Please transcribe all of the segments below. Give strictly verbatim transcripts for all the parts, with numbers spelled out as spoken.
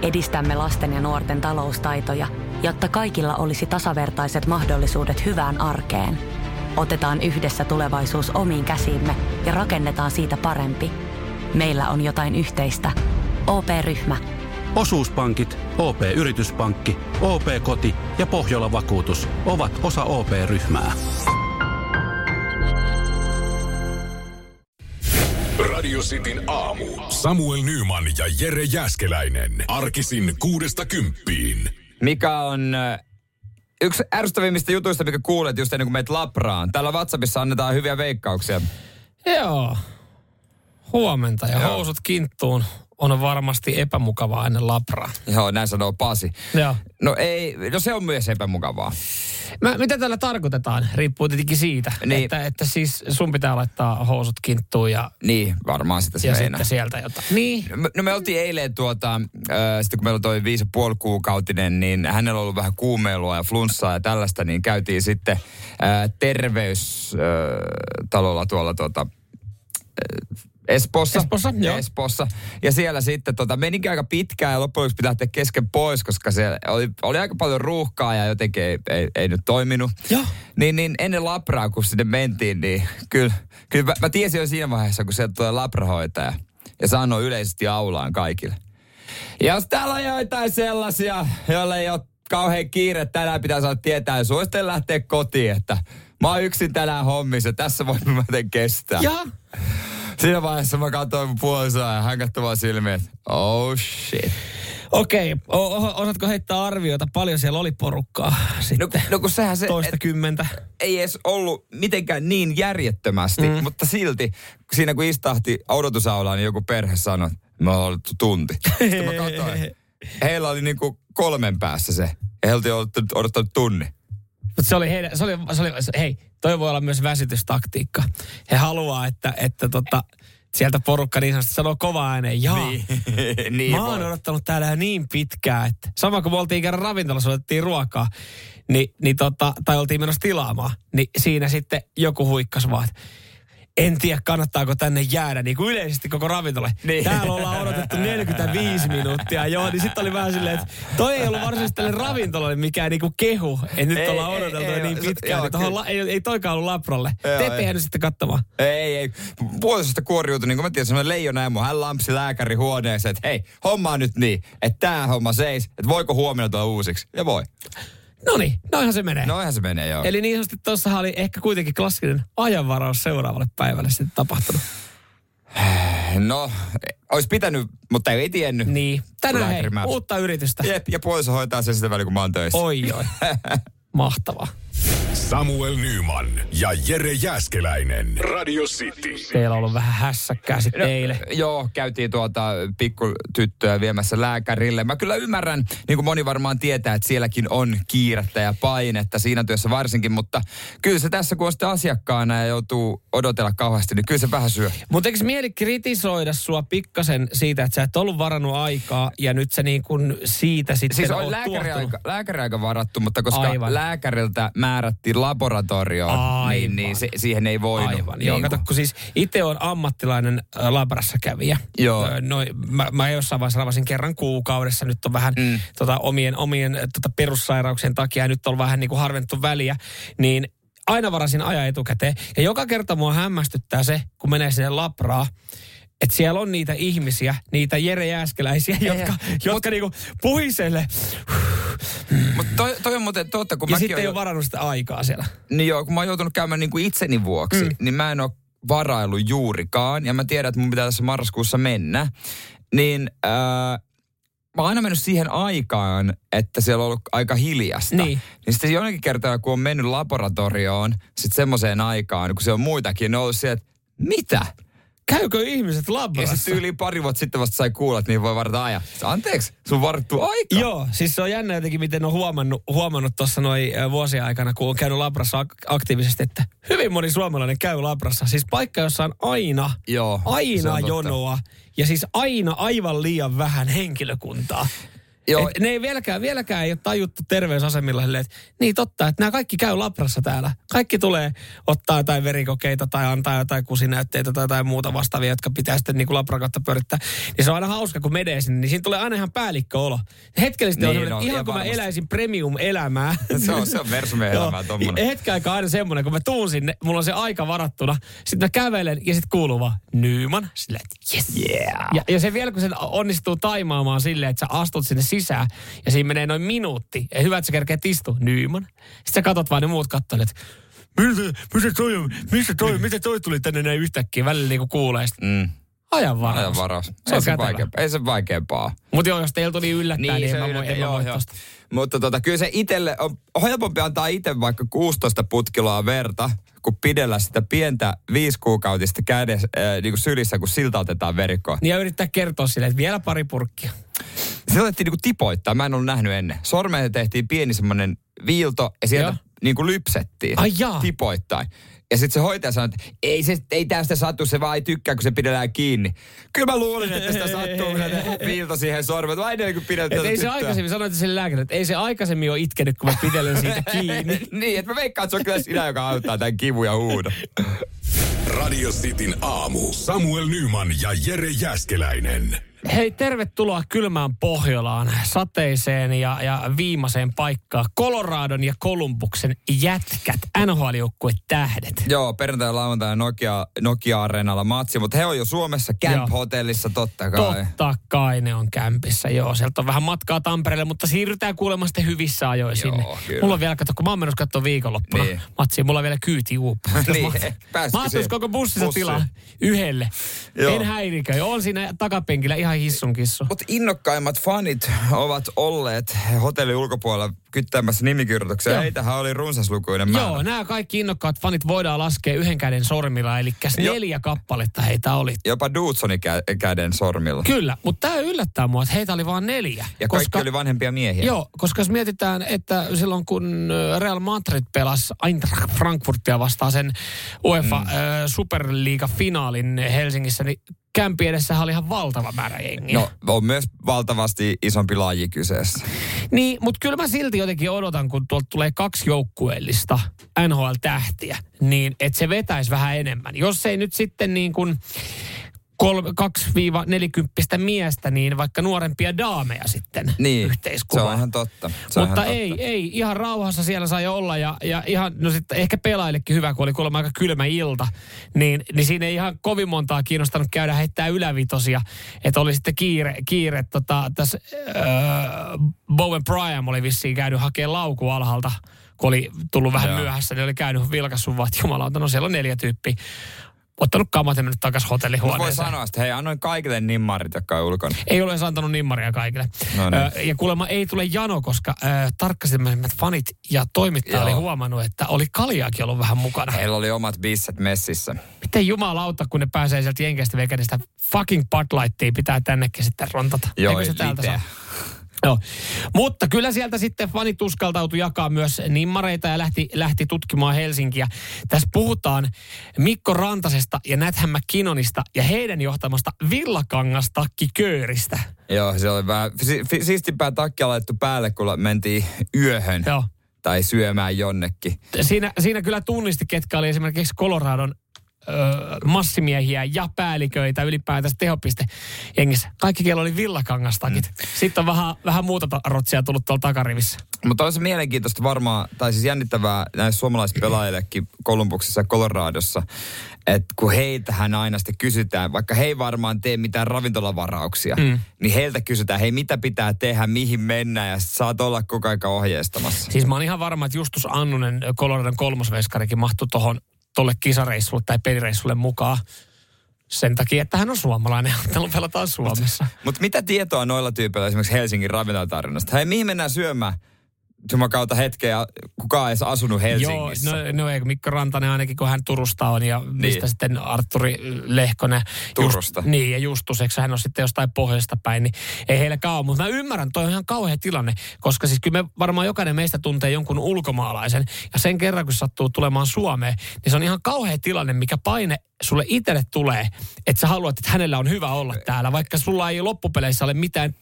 edistämme lasten ja nuorten taloustaitoja, jotta kaikilla olisi tasavertaiset mahdollisuudet hyvään arkeen. Otetaan yhdessä tulevaisuus omiin käsiimme ja rakennetaan siitä parempi. Meillä on jotain yhteistä. O P-ryhmä. Osuuspankit, O P-yrityspankki, O P-koti ja Pohjola-vakuutus ovat osa O P-ryhmää. Radio Cityn aamu. Samuel Nyman ja Jere Jääskeläinen. Arkisin kuudesta kymppiin. Mikä on äh, yksi ärsyttävimmistä jutuista, mikä kuulet just ennen kuin meet Labraan. Täällä WhatsAppissa annetaan hyviä veikkauksia. Joo. Huomenta ja Joo. housut kinttuun on varmasti epämukavaa ennen Labraa. Joo, näin sanoo Pasi. Joo. No ei, no se on myös epämukavaa. Mä, mitä tällä tarkoitetaan? Riippuu tietenkin siitä, Niin. että, että siis sun pitää laittaa housut kinttuun ja, Niin, varmaan sitä se ja meinaa. sitten sieltä jotain. Niin. No, no me oltiin eilen tuota, äh, sitten kun meillä oli toi viisi ja puoli kuukautinen, niin hänellä on ollut vähän kuumeilua ja flunssaa ja tällaista, niin käytiin sitten äh, terveystalolla äh, tuolla tuota, äh, Espoossa. Espoossa, joo. Espoossa. Ja siellä sitten tota, menikin aika pitkään ja loppujen lopuksi pitää lähteä kesken pois, koska se oli, oli aika paljon ruuhkaa ja jotenkin ei, ei, ei nyt toiminut. Joo. Niin, niin ennen labraa, kun sinne mentiin, niin kyllä, kyllä mä, mä tiesin jo siinä vaiheessa, kun sieltä tulee labrahoitaja ja sanoi yleisesti aulaan kaikille. Ja jos täällä on joitain sellaisia, joille ei ole kauhean kiire, tänään pitää saada tietää ja suosittelen lähteä kotiin, että mä oon yksin tänään hommissa ja tässä voi mä kestää. Ja. Siinä vaiheessa mä katsoin mun puolisoa ja hän katsoi vaan silmiä, että oh shit. Okei, o- o- osaatko heittää arvioita, paljon siellä oli porukkaa sitten? No, no kun sehän se, Toista kymmentä. ei edes ollut mitenkään niin järjettömästi, mm. mutta silti siinä kun istahti odotusaulaan, niin joku perhe sanoi, että me ollaan ollut tunti. Sitten mä katsoin, heillä oli niinku kolmen päässä se. Ja he oltiin odottanut tunnin. Mutta se oli heidän, se oli, se oli, hei, toi voi olla myös väsytystaktiikka. He haluaa, että, että tota, sieltä porukka niin sanotusti sanoo kova ääneen, jaa. Niin, niin Mä oon odottanut täällä niin pitkään, että sama kuin me oltiin kerran ravintolassa, otettiin ruokaa, niin, niin tota, tai oltiin menossa tilaamaan, niin siinä sitten joku huikkas vaan, että en tiedä, kannattaako tänne jäädä, niin kuin yleisesti koko ravintolalle. Niin. Täällä ollaan odotettu neljäkymmentäviisi minuuttia, joo, niin sitten oli vähän silleen, että toi ei ollut varsinaisesti tälle ravintolalle mikään niinku kehu, että nyt Ei, ollaan ei, odoteltu ei, niin se- pitkään, joo, niin tohon la, ei, ei toikaan ollut Labralle. Tepe nyt sitten katsomaan. Ei, ei. Puolisesta kuoriutui, niin kuin mä tiedän, semmoinen leijona emo. Hän lampsi lääkäri huoneeseen, että hei, homma on nyt niin, että tää homma seis, että voiko huomenna tulla uusiksi. Ja voi. Noniin, noinhan se menee. Noinhan se menee, joo. Eli niin sanotusti tuossahan oli ehkä kuitenkin klassinen ajanvaraus seuraavalle päivälle sitten tapahtunut. No, olisi pitänyt, mutta ei tiennyt. Niin. Tänään hei, Lääkärimääräys. uutta yritystä. Jep, ja puoliso hoitaa sen sitä välillä, kun mä oon töissä. Oi, oi. Mahtavaa. Samuel Nyman ja Jere Jääskeläinen. Radio City. Teillä on ollut vähän hässäkkää sitten No, eilen. joo, käytiin tuota pikkutyttöä viemässä lääkärille. Mä kyllä ymmärrän, niin kuin moni varmaan tietää, että sielläkin on kiirettä ja painetta siinä työssä varsinkin, mutta kyllä se tässä, kun on sitten asiakkaana ja joutuu odotella kauheasti, niin kyllä se vähän syö. Mutta eikö mieli kritisoida sua pikkasen siitä, että sä et ollut varannut aikaa ja nyt sä niin kuin siitä sitten Siis oot on lääkäriaika, tuottunut? lääkäriaika varattu, mutta koska Aivan. lääkäriltä määrättiin laboratorioon, niin, niin se, siihen ei voinut. Aivan, niin joo, kuin- kato, kun siis itse on ammattilainen ä, labrassa kävijä. Joo. Ö, Noi, mä, mä jossain vaiheessa ravasin kerran kuukaudessa, nyt on vähän mm. tota, omien, omien tota, perussairauksien takia, ja nyt on vähän niin kuin harvennettu väliä, niin aina varasin ajan etukäteen. Ja joka kerta mua hämmästyttää se, kun menee sinne labraan, että siellä on niitä ihmisiä, niitä Jere Jääskeläisiä, jotka, jotka niinku puhiselle. Mutta toi, toi on muuten totta, kun Ja mäkin sitten ei oon ole varannut sitä aikaa siellä. Niin joo, kun mä oon joutunut käymään niin kuin itseni vuoksi, mm. niin mä en ole varaillut juurikaan. Ja mä tiedän, että mun pitää tässä marraskuussa mennä. Niin äh, mä oon aina mennyt siihen aikaan, että siellä on ollut aika hiljasta. Niin. Niin sitten jonnekin kertaa, kun on mennyt laboratorioon, sitten semmoiseen aikaan, kun se on muitakin, ne on ollut siellä, että mitä? Käykö ihmiset Ja labrassa? sitten yli pari vuotta sitten vasta sai kuulla, että niin voi varata ajan. Anteeksi, sun on varattu aika. Joo, siis se on jännä jotenkin, miten on huomannut, huomannut tuossa noin vuosien aikana, kun on käynyt labrassa ak- aktiivisesti, että hyvin moni suomalainen käy labrassa. Siis paikka, jossa on aina, Joo, se aina on totta. jonoa ja siis aina aivan liian vähän henkilökuntaa. Et ne ei vieläkään, vieläkään ei ole tajuttu terveysasemilla silleen, että niin totta, että nämä kaikki käy labrassa täällä. Kaikki tulee ottaa jotain verikokeita tai antaa jotain kusinäytteitä tai jotain muuta vastaavia, jotka pitää sitten niin kuin labran kautta pyörittää. Niin se on aina hauska, kun menee sinne, niin siinä tulee aina ihan päällikköolo. Hetkellisesti niin, on semmoinen, no, ihan kun varmasti. Mä eläisin premium-elämää. Se on, se on versumien elämää tommonen. Hetken aikaa aina semmoinen, kun mä tuun sinne, mulla on se aika varattuna. Sitten mä kävelen ja sitten kuuluu vaan Nyman. Silleen, että yes. Yeah. Ja, ja se vielä, kun se onnistuu taimaamaan silleen, että sä astut sinne sisään ja siinä menee noin minuutti. Ja hyvä, että sä kerkeet istua Nyman. Sitten sä katot vaan ne muut kattoilet, että mistä, mistä toi on, mistä toi, miten toi tuli tänne näin yhtäkkiä, välillä niinku kuulee. Mm. Ajan varaus. Ajan varaus. Se ei, se vaikeampaa. ei se vaikeampaa. Mutta joo, jos teillä tuli yllättää, niin, niin se en mä yllättä, voi, joo, voi joo. tosta. Mutta tota, kyllä se itselle on helpompi antaa itse vaikka kuusitoista putkiloa verta, kun pidellä sitä pientä viisikuukautista kädessä, äh, niin kuin sylissä, kun siltä otetaan verikkoa. Niin ja yrittää kertoa sille, että vielä pari purkkia. Se otettiin niin kuin tipoittaa, mä en ollut nähnyt ennen. Sormeen tehtiin pieni semmoinen viilto ja sieltä niin kuin lypsettiin. Ai jaa. Tipoittain. Ja sitten se hoitaja sanoi, että ei, se, ei tästä sattu, se vaan ei tykkää, kun se pidellään kiinni. Kyllä mä luulin, että sitä sattuu, kun se viilto siihen sormet. Vai ennen kuin pidetään ei se aikaisemmin, sanoit sen lääkäri, että ei se aikaisemmin ole itkenyt, kun mä pidellen siitä kiinni. Niin, että mä veikkaan, että se on kyllä sinä, joka auttaa tämän kivun ja huudon. Radio Cityn aamu. Samuel Nyman ja Jere Jääskeläinen. Hei, tervetuloa kylmään Pohjolaan, sateiseen ja, ja viimeiseen paikkaan. Coloradon ja Columbuksen jätkät, N H L-joukkueen tähdet. Joo, perjantai ja lauantai Nokia, Nokia-areenalla matsi, mutta he on jo Suomessa Camp-hotellissa, totta kai. Totta kai ne on kämpissä, joo. Sieltä on vähän matkaa Tampereelle, mutta siirrytään kuulemma sitten hyvissä ajoin joo, sinne. Kyllä. Mulla on vielä, katso, kun mä oon menossa katsoa viikonloppuna niin. matsia, mulla on vielä kyyti uupunut. Niin, mä oon koko bussissa bussi. tilaa yhdelle. Joo. En häiriköi, on siinä takapenkillä ihan hissun kissu. Mutta innokkaimmat fanit ovat olleet hotellin ulkopuolella kyttäämässä nimikirjoituksia. Joo. Heitähän oli runsaslukuinen määrä. Joo, nämä kaikki innokkaat fanit voidaan laskea yhden käden sormilla, eli neljä kappaletta heitä oli. Jopa Dudsonin kä- käden sormilla. Kyllä, mutta tämä yllättää mua, että heitä oli vain neljä. Ja koska, kaikki oli vanhempia miehiä. Joo, koska jos mietitään, että silloin kun Real Madrid pelasi Eintracht Frankfurtia vastaan sen UEFA mm. äh, Superliiga-finaalin Helsingissä, niin kämpi edessähän oli ihan valtava määrä jengiä. No, on myös valtavasti isompi laji kyseessä. Niin, mutta kyllä mä silti jotenkin odotan, kun tuolta tulee kaksi joukkueellista N H L-tähtiä, niin että se vetäisi vähän enemmän. Jos ei nyt sitten niin kuin kaksi-nelikymppistä miestä, niin vaikka nuorempia daameja sitten niin, yhteiskuvaan. Se on ihan totta. Se Mutta ihan ei, totta. ei, ihan rauhassa siellä sai olla ja, ja ihan, no sitten ehkä pelaajillekin hyvä, kun oli kuulemma aika kylmä ilta, niin, niin siinä ei ihan kovin montaa kiinnostanut käydä heittää ylävitosia, että oli sitten kiire, kiire tota, tässä äh, Bowen Bryant oli vissiin käynyt hakemaan lauku alhaalta, kun oli tullut vähän Joo. myöhässä, niin oli käynyt vilkassut vaan, että jumalauta, no siellä on neljä tyyppiä. Ottanut kamat ja mennyt takaisin hotellihuoneeseen. Voi sanoa, että hei, annoin kaikille nimmarit, jotka on ulkona. Ei ole edes antanut nimmaria kaikille. No niin. Ö, ja kuulemma ei tule jano, koska ö, tarkkasimmat fanit ja toimittaja Joo. oli huomannut, että oli kaljaakin ollut vähän mukana. Heillä oli omat bisset messissä. Miten jumalauta, kun ne pääsee sieltä jenkeistä vekeä, sitä fucking Bud Lightia pitää tännekin sitten rontata. Joo, eikö se täältä saa? Joo. Mutta kyllä sieltä sitten fanit uskaltautui jakaa myös nimmareita ja lähti, lähti tutkimaan Helsinkiä. Tässä puhutaan Mikko Rantasesta ja Nathan McKinnonista ja heidän johtamasta villakangastakkikööristä. Joo, se oli vähän si- siistimpää takkia laittu päälle, kun mentiin yöhön. Joo. Tai syömään jonnekin. Siinä, siinä kyllä tunnisti, ketkä oli esimerkiksi Coloradon Öö, massimiehiä ja päälliköitä ylipäätänsä tehopiste jengissä. Kaikki, kello oli villakangastakit. Mm. Sitten on vähän, vähän muuta rotsia tullut tuolla takarivissä. Mutta on se mielenkiintoista varmaan, tai siis jännittävää näille suomalaispelaajillekin Columbuksessa ja Coloradossa, että kun heitähän aina sitten kysytään, vaikka he ei varmaan tee mitään ravintolavarauksia, mm. niin heiltä kysytään, hei mitä pitää tehdä, mihin mennään, ja saat olla koko ajan ohjeistamassa. Siis mä oon ihan varma, että Justus Annunen, Coloradon kolmosveskarikin mahtui tohon tolle kisareissulle tai pelireissulle mukaan sen takia, että hän on suomalainen. Ottelu pelataan Suomessa. Mutta mut mitä tietoa noilla tyypeillä esimerkiksi Helsingin ravintolatarjonnasta? Hei, mihin mennään syömään? Jumakauta hetkeä, kukaan ei edes asunut Helsingissä. Joo, no, no ei, Mikko Rantanen ainakin, kun hän Turusta on, ja niin. mistä sitten Artturi Lehkonen. Turusta. Just, niin, ja Justus, eikö hän on sitten jostain pohjoista päin, niin ei heilläkään ole. Mutta mä ymmärrän, toi on ihan kauhea tilanne, koska siis kyllä me varmaan jokainen meistä tuntee jonkun ulkomaalaisen, ja sen kerran, kun sattuu tulemaan Suomeen, niin se on ihan kauhea tilanne, mikä paine sulle itselle tulee, että sä haluat, että hänellä on hyvä olla täällä, vaikka sulla ei loppupeleissä ole mitään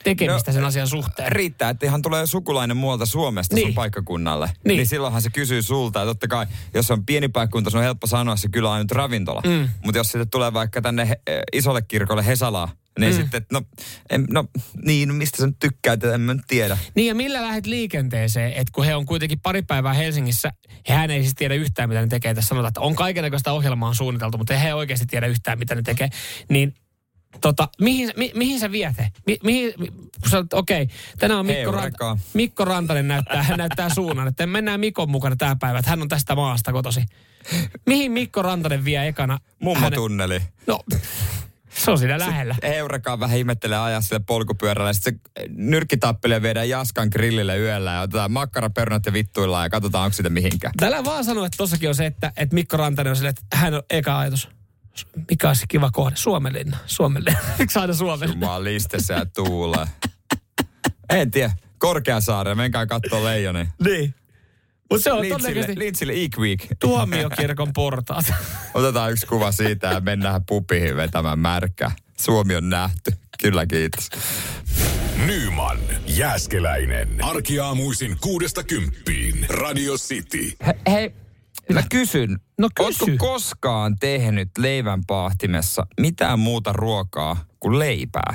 tekemistä No, sen asian suhteen. Riittää, että ihan tulee sukulainen muualta Suomesta Niin. sun paikkakunnalle. Niin. Niin silloinhan se kysyy sulta. Ja totta kai, jos on pieni paikkakunta, se on helppo sanoa, se kyllä on ainut ravintola. Mm. Mutta jos sitten tulee vaikka tänne he, isolle kirkolle Hesalaan, niin mm. sitten, no, en, no niin, no mistä sä nyt tykkäät, en mä nyt tiedä. Niin ja millä lähdet liikenteeseen, että kun he on kuitenkin pari päivää Helsingissä, hän ei siis tiedä yhtään, mitä ne tekee. Tässä sanotaan, että on kaikenlaista ohjelmaa suunniteltu, mutta he ei oikeasti tiedä yhtään, mitä ne tekee. Niin tota, mihin, mi, mihin sä viet he? Mi, mihin, kun sä olet, okei, okay, tänään on Mikko, Ranta, Mikko Rantanen näyttää, näyttää suunnan, että mennään Mikon mukana tää päivä, että hän on tästä maasta kotosi. Mihin Mikko Rantanen vie ekana? Mummotunneli. Hänen, no... Se on siinä lähellä. Eureka vähän ihmettelee ajaa sille polkupyörällä. Ja sitten se nyrkkitappelija viedään Jaskan grillille yöllä ja otetaan makkaraperunat ja vittuillaan ja katsotaan, onko sitä mihinkään. Tällä vaan sanoa, että tossakin on se, että, että Mikko Rantanen on silleen, että hän on eka ajatus. Mikä olisi kiva kohde? Suomenlinna. Suomenlinna. Miksi aina Suomenlinna? Jumalistessa ja tuulee. En tiedä. Korkeasaari, menkää kattoo leijonia. Niin. Mutta se on Lintsille, todennäköisesti Lintsille Eek Week. Tuomiokirkon portaat. Otetaan yksi kuva siitä ja mennään pubiin vetämään märkää. Suomi on nähty. Kyllä, kiitos. Nyman, Jääskeläinen. Arkiaamuisin kuudesta kymppiin. Radio City. He, hei, mä kysyn. No kysy. Ootko koskaan tehnyt leivänpaahtimessa mitään muuta ruokaa kuin leipää?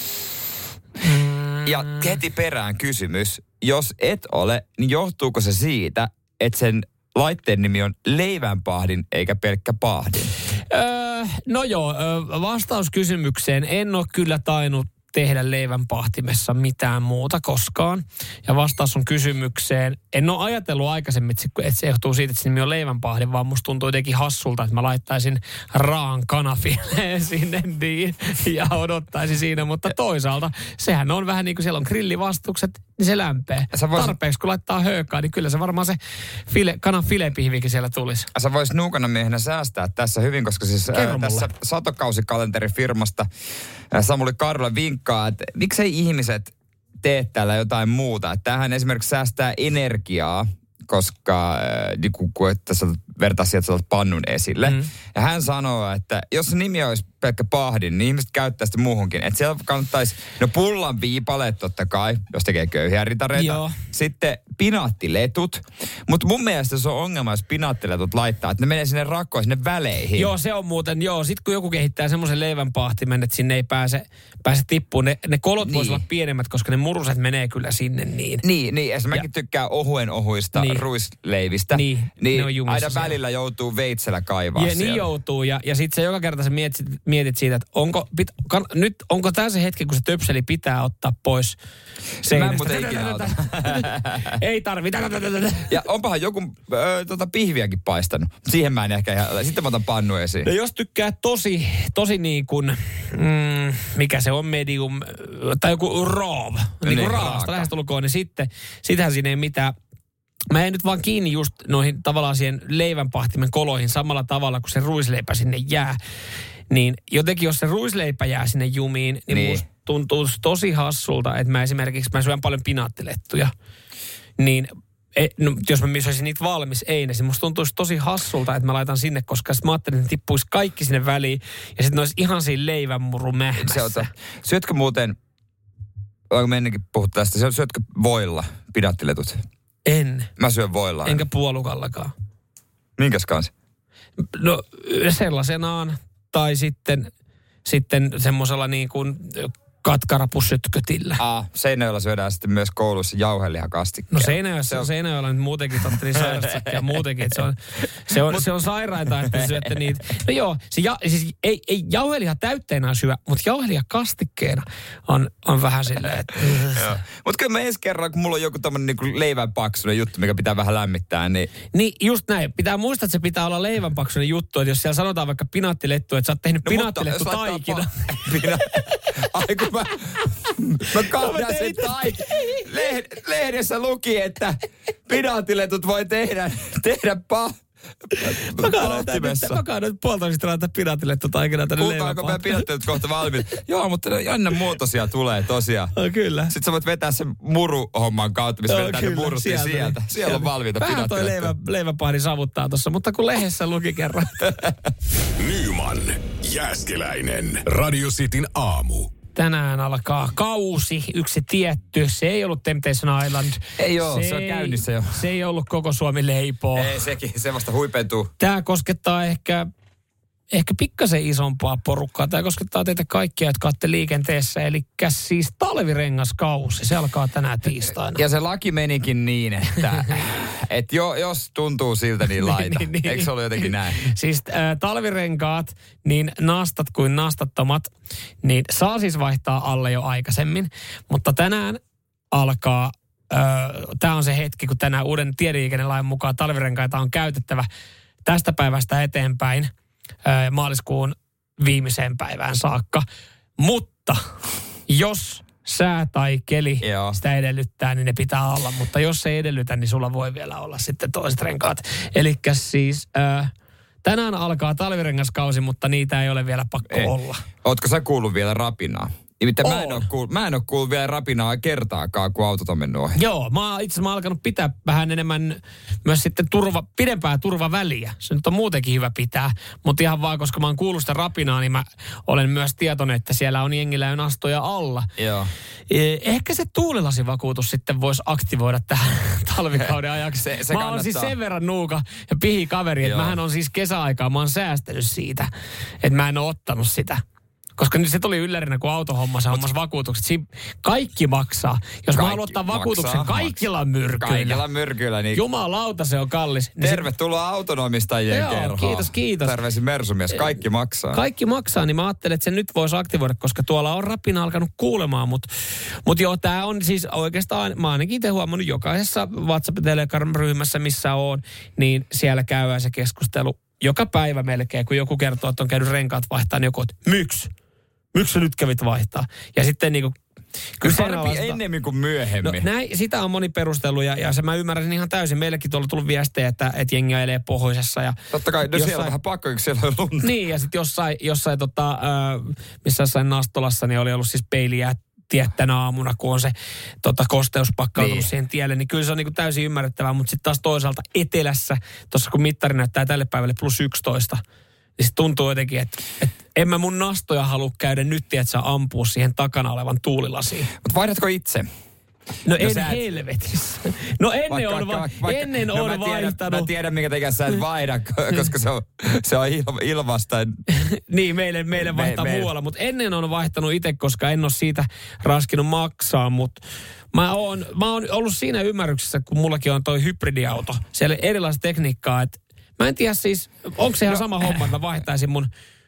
Mm. Ja heti perään kysymys. Jos et ole, niin johtuuko se siitä, että sen laitteen nimi on leivänpahdin eikä pelkkä pahdin? Öö, no joo, öö, vastaus kysymykseen. En ole kyllä tainnut tehdä leivänpahtimessa mitään muuta koskaan. Ja vastaus on kysymykseen. En ole ajatellut aikaisemmin, että se, että se johtuu siitä, että se nimi on leivänpahdin, vaan musta tuntuu jotenkin hassulta, että mä laittaisin raan kanafileen sinne niin, ja odottaisin siinä. Mutta toisaalta sehän on vähän niin kuin siellä on grillivastukset, niin se lämpee. Vois... Tarpeeksi kun laittaa höökaa, niin kyllä se varmaan se file, kanan filepihvikin siellä tulisi. Sä vois nuukana miehenä säästää tässä hyvin, koska siis ää, tässä satokausikalenteri-firmasta ää, Samuli Karla vinkkaa, että miksei ihmiset tee täällä jotain muuta. Että tämähän esimerkiksi säästää energiaa, koska äh, niin kun että sä vertaa sieltä sä pannun esille. Mm. Ja hän sanoo, että jos se nimi olisi pelkkä pahdin, niin ihmiset käyttää sitä muuhunkin. Että siellä kannattaisi, no pullan viipaleet totta kai, jos tekee köyhiä ritareita. Joo. Sitten pinaattiletut. Mutta mun mielestä se on ongelma, jos pinaattiletut laittaa, että ne menee sinne rakkoon, sinne väleihin. Joo, se on muuten, joo. Sitten kun joku kehittää semmoisen leivänpahtimen, että sinne ei pääse, pääse tippuun. Ne, ne kolot niin. voisivat olla pienemmät, koska ne muruset menee kyllä sinne niin. Niin, niin. Esimerkiksi mäkin tykkään ohuen ohuista niin. ruisleivistä. Niin, niin aina siellä. Välillä joutuu veitsellä kaivaa ja, siellä. Niin joutuu, ja, ja sitten se joka kerta sä mietit, mietit siitä, että onko, pit, kan, nyt, onko tämä se hetki, kun se töpseli pitää ottaa pois seinästä. Mä en muuten ikinä ota. Ei tarvita. Ja onpahan joku ö, tota, pihviäkin paistanut. Siihen mä en ehkä ihan, sitten mä otan pannu esiin. No jos tykkää tosi, tosi niin kuin, mm, mikä se on, medium, tai joku raw, niin kuin raasta lähestulkoon, niin sitten, sitähän siinä ei mitään. Mä en nyt vaan kiinni just noihin tavallaan siihen leivänpahtimen koloihin samalla tavalla, kun se ruisleipä sinne jää. Niin jotenkin, jos se ruisleipä jää sinne jumiin, niin, niin. musta tuntuu tosi hassulta, että mä esimerkiksi, mä syön paljon pinaattilettuja. Niin e, no, jos mä söisin niitä valmis einesi, musta tuntuisi tosi hassulta, että mä laitan sinne, koska sit mä ajattelin, että ne tippuisi kaikki sinne väliin. Ja sitten ne olisi ihan siinä leivänmurumähmässä. Se ota. Syötkö muuten, onko me ennenkin puhuttu tästä, syötkö voilla pinaattiletut? En. Mä syön voilla. Enkä puolukallakaan. Minkäs kanssa? No sellaisenaan. Tai sitten, sitten semmoisella niin kuin katkarapussytkötillä. Ah, Seinäjoella syödään sitten myös koulussa jauhelihakastikkeja. No Seinäjoella, se on Seinäjoella nyt muutenkin totteli sairastakkia muutenkin. Se on, se, on, se on sairainta, että syötte niitä. No joo, se ja, siis ei, ei jauheliha täytteenä syö, mutta jauheliha kastikkeena on, on vähän silleen, että... Mutta kyllä mä ensi kerran, kun mulla on joku tommonen niinku leivänpaksuinen juttu, mikä pitää vähän lämmittää, niin... Niin just näin. Pitää muistaa, että se pitää olla leivänpaksuinen juttu, että jos siellä sanotaan vaikka pinaattilettu, että sä oot tehnyt no, pinaattilettu taikina. Pina... Ai kun mä, mä kahdan sen tai Leh- lehdessä luki, että pinaattiletut voi tehdä, tehdä pa... Mä kaadoin puolitoista laittaa pinaattilettu taikina tänne leivänpahtiin. Kuultaanko meidän pinaattiletut kohta valmiit? Joo, mutta ne jännä muotoisia tulee tosiaan. No, kyllä. Sitten sä voit vetää sen muruhomman kautta, missä no, vetää ne murut sieltä. sieltä. Siellä sieltä. On valmiita pinaattilettuja. Vähän toi leivä, leiväpahdin savuttaa tossa, mutta kun lehdessä luki kerran. Nyman, Jääskeläinen, Radio Cityn aamu. tänään alkaa kausi, yksi tietty. Se ei ollut Temptation Island. Ei oo, se, se on käynnissä jo. Se ei ollut Koko Suomi leipoo. Ei, sekin, se vasta huipentuu. Tämä koskettaa ehkä, ehkä pikkasen isompaa porukkaa. Tämä koskettaa teitä kaikkia, jotka olette liikenteessä. Eli siis talvirengaskausi. Se alkaa tänään tiistaina. Ja se laki menikin niin, että et jo, jos tuntuu siltä, niin laita. niin, niin, Eikö se ollut jotenkin näin? Siis äh, talvirenkaat, niin nastat kuin nastattomat, niin saa siis vaihtaa alle jo aikaisemmin. Mutta tänään alkaa, äh, tämä on se hetki, kun tänään uuden tieliikennelain mukaan talvirenkaita on käytettävä tästä päivästä eteenpäin äh, maaliskuun viimeiseen päivään saakka. Mutta jos sää tai keli Joo. sitä edellyttää, niin ne pitää olla. Mutta jos se ei edellytä, niin sulla voi vielä olla sitten toiset renkaat. Elikkä siis äh, tänään alkaa talvirengaskausi, mutta niitä ei ole vielä pakko ei. olla. Ootko sä kuullut vielä rapinaa? Nimittäin mä en, ole kuullut, mä en ole kuullut vielä rapinaa kertaakaan, kun autot on mennyt ohi. Joo, mä oon itse asiassa alkanut pitää vähän enemmän myös sitten turva, pidempää turvaväliä. Se nyt on muutenkin hyvä pitää, mutta ihan vaan, koska mä oon kuullut sitä rapinaa, niin mä olen myös tietoinen, että siellä on jengillä jo nastoja alla. Joo. Ehkä se tuulilasivakuutus sitten voisi aktivoida tähän talvikauden ajaksi. Se, se mä oon siis sen verran nuuka ja pihi kaveri, että mähän on siis kesäaikaa, mä oon säästänyt siitä, että mä en ole ottanut sitä. Koska nyt se tuli yllärinä, kun autohommassa hommassa vakuutukset. Siinä kaikki maksaa. Jos mä haluan ottaa vakuutuksen maksaa, kaikilla myrkyillä. Kaikilla myrkyillä. Niin jumalauta, se on kallis. Niin tervetuloa se autonomistajien joo, kerhoon. Kiitos, kiitos. Terveisin Mersumies. Kaikki maksaa. Kaikki maksaa, niin mä ajattelin, että se nyt voisi aktivoida, koska tuolla on rapina alkanut kuulemaan. Mutta mut joo, tää on siis oikeastaan, mä ainakin itse huomannut jokaisessa WhatsApp-Telegram-ryhmässä, missä on, niin siellä käydään se keskustelu joka päivä melkein, kun joku kertoo, että on käynyt renkaat vaihtaa, niin joku, että miksi? Miksi sä nyt kävit vaihtaa? Ja sitten niinku kyllä parempi ennemmin kuin myöhemmin. No, näin, sitä on moni perustellut ja, ja se mä ymmärrän ihan täysin. Meillekin tuolla on tullut viestejä, että, että jengi ajelee pohjoisessa. Ja totta kai, no jossain, siellä on vähän pakko, kun siellä on lunta. Niin, ja sitten jossain, jossain tota, äh, missä jossain Nastolassa, niin oli ollut siis peiliä tiettänä aamuna, kun on se tota, kosteus pakkautunut niin siihen tielle, niin kyllä se on niinku täysin ymmärrettävää, mutta sitten taas toisaalta etelässä, tuossa kun mittari näyttää tälle päivälle plus yksitoista, niin se tuntuu jotenkin, että, että en mä mun nastoja halua käydä nyt, että sä ampuu siihen takana olevan tuulilasiin. Mutta vaihdatko itse? No, no en helvetissä. No ennen vaikka, on, va- vaikka, vaikka, ennen no, on mä tiedän, vaihtanut. Mä tiedän, minkä takia sä et vaihda, koska se on, se on il, ilmasta. Niin, meille, meille vaihtaa me, muualla, mutta ennen on vaihtanut itse, koska en ole siitä raskinut maksaa, mutta mä oon, mä oon ollut siinä ymmärryksessä, kun mullakin on toi hybridiauto. Siellä erilaista tekniikkaa, että mä en tiedä siis, onko se ihan no, sama homma, että mä vaihtaisin mun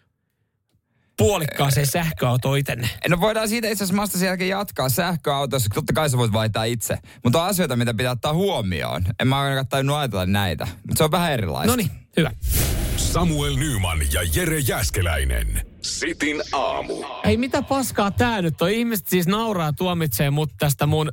puolikkaaseen sähköautoon itenne. No voidaan siitä itse asiassa maasta sen jälkeen jatkaa sähköautossa. Totta kai sä voit vaihtaa itse. Mutta on asioita, mitä pitää ottaa huomioon. En mä ainakaan tajunnut ajatella näitä. Mutta se on vähän erilaista. Noniin, hyvä. Samuel Nyman ja Jere Jääskeläinen. Sitin aamu. Ei mitä paskaa tää nyt on. Ihmiset siis nauraa tuomitsee mut tästä mun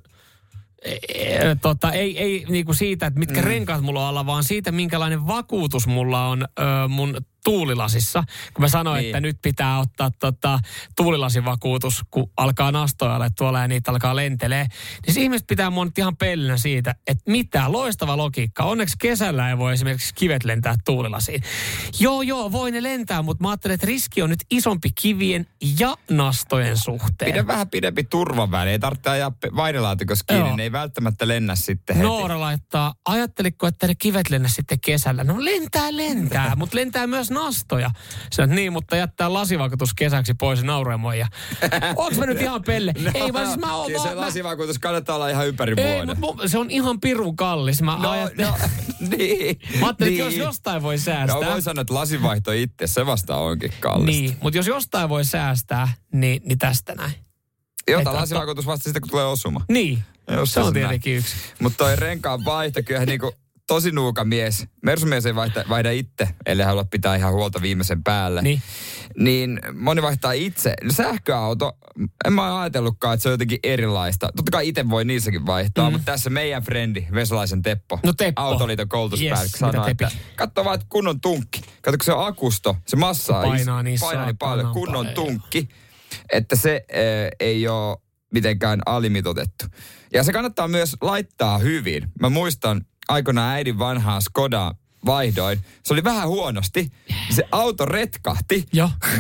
E, tota, ei ei niinku siitä, että mitkä mm. renkaat mulla on alla, vaan siitä, minkälainen vakuutus mulla on ö, mun tuulilasissa. Kun mä sanoin, niin, että nyt pitää ottaa tota, tuulilasivakuutus, kun alkaa nastojalle tuolla ja niitä alkaa lentelee. Niin ihmiset pitää mun ihan pellinä siitä, että mitä loistava logiikka. Onneksi kesällä ei voi esimerkiksi kivet lentää tuulilasiin. Joo, joo, voi ne lentää, mutta mä ajattelen, että riski on nyt isompi kivien ja nastojen suhteen. Pidä vähän pidempi turvaväli. Ei tarvitse ajaa vainelaatikossa kiinni. Ne ei välttämättä lennä sitten heti. Noora laittaa, ajatteliko, että ne kivet lennä sitten kesällä? No lentää, lentää, mutta lentää myös nastoja. Sä niin, mutta jättää lasivakuutus kesäksi pois nauremoin. Ja onks mä nyt ihan pelle? No, ei vaan siis mä oon vaan... Se lasivakuutus kannattaa olla ihan ympäri vuoden. Ei, mutta se on ihan pirun kallis. Mä no, ajattelin... No, niin. Mä ajattelin, niin. että jos jostain voi säästää... No voi sanoa, että lasivaihto itse, se vasta onkin kallista. Niin, mutta jos jostain voi säästää, niin, niin tästä näin. Jota lasivakuutus vasta sitten, kun tulee osuma. Niin, jos se on tietenkin yksi. Mutta toi renkaan vaihto, kyllä niinku tosi nuuka mies. Mersumies ei vaihda, vaihda itse, ellei halua pitää ihan huolta viimeisen päälle. Niin. Niin moni vaihtaa itse. Sähköauto, en mä ajatellutkaan, että se on jotenkin erilaista. Totta kai itse voi niissäkin vaihtaa, mm. mutta tässä meidän frendi, Vesalaisen Teppo, no Teppo. Autoliiton koulutuspäällikkö, yes, sanoo, että katso vaan, että kunnon tunkki. Kato, kun se on akusto, se massaa painaa niin, painaa niin paljon, kunnon paljon. tunkki, että se äh, ei ole mitenkään alimitotettu. Ja se kannattaa myös laittaa hyvin. Mä muistan aikoinaan äidin vanhaa Skodaa vaihdoin. Se oli vähän huonosti. Se auto retkahti. Joo.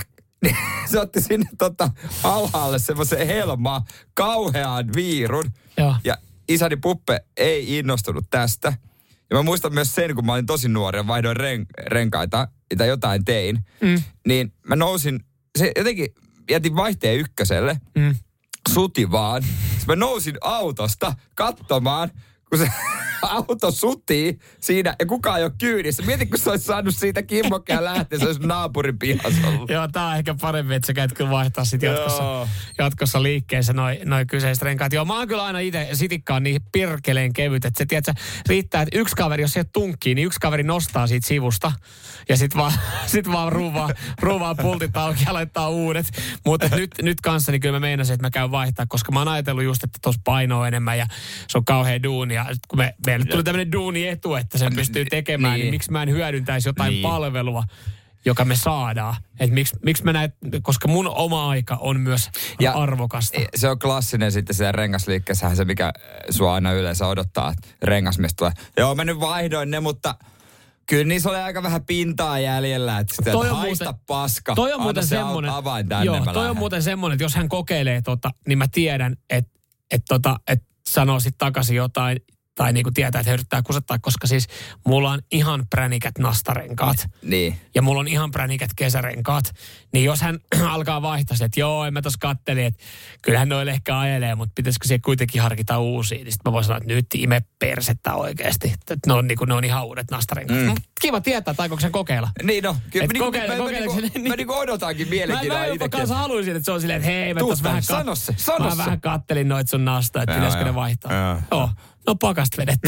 niin se otti sinne tota alhaalle semmoisen helmaa, kauhean viirun. Joo. Ja isäni Puppe ei innostunut tästä. Ja mä muistan myös sen, kun mä olin tosi nuori ja vaihdoin ren, renkaita, tai jotain tein. Mm. Niin mä nousin, se jotenkin jätin vaihteen ykköselle, mm. suti vaan. Sitten mä nousin autosta katsomaan, kun se auto sutii siinä ja kukaan ei ole kyydissä. Mieti, kun se olisi saanut siitä kimmokkeen lähteä, se olisi naapurin pihassa ollut. Joo, tää on ehkä parempi, että sä käyt kyllä vaihtaa sit jatkossa, jatkossa liikkeessä noi, noi kyseiset renkaat. Joo, mä oon kyllä aina itse sitikkaan niin pirkeleen kevyt, että se tiedätkö, riittää, että yksi kaveri, jos se tunkkii, niin yksi kaveri nostaa siitä sivusta ja sit vaan, sit vaan ruuvaa, ruuvaa pultit auki ja laittaa uudet. Mutta nyt, nyt kanssa niin kyllä mä meinasin, että mä käyn vaihtaa, koska mä oon ajatellut just, että tuossa painoa enemmän ja se on kauhea duuni. Ja kun me, meille tuli tämmöinen duunietu, että sen pystyy tekemään, niin, niin miksi mä en hyödyntäisi jotain niin. palvelua, joka me saadaan. Että miksi, miksi mä näet, koska mun oma aika on myös ja arvokasta. Se on klassinen sitten siellä rengasliikkeessähän se, mikä sua aina yleensä odottaa, että rengasmies tulee. Joo, mä nyt vaihdoin ne, mutta kyllä niissä oli aika vähän pintaa jäljellä, että sitä toi on haista muuten, paska. Toi on muuten semmoinen, avain tänne, joo, toi on muuten semmoinen, että jos hän kokeilee tota, niin mä tiedän, että et tota, et sanoo sit takaisin jotain, tai niinku tietää, että he yrittää kusettaa, koska siis mulla on ihan pränikät nastarenkaat. Niin. Ja mulla on ihan pränikät kesärenkaat. Niin jos hän alkaa vaihtaa se, että joo, en mä tossa kattelin, että kyllähän noille ehkä ajelee, mutta pitäisikö siellä kuitenkin harkita uusia. Niin sitten mä voin sanoa, että nyt ime persettä oikeasti. Että ne on, niinku, ne on ihan uudet nastarenkaat. Mm. Kiva tietää, että aikoiko sen kokeilla. Niin no. Kyllä, mä, kokeile, mä, kokeile, mä, niinku, mä niinku odotankin mielenkiinnolla itsekin. Mä, mä jopa kanssa haluaisin, että se on silleen, että hei, mä tossa vähän, sano se, sano mä vähän kattelin noit sun nasta, että pitäisikö ne vaihtaa. Joo. Oh. No pakasta vedetty.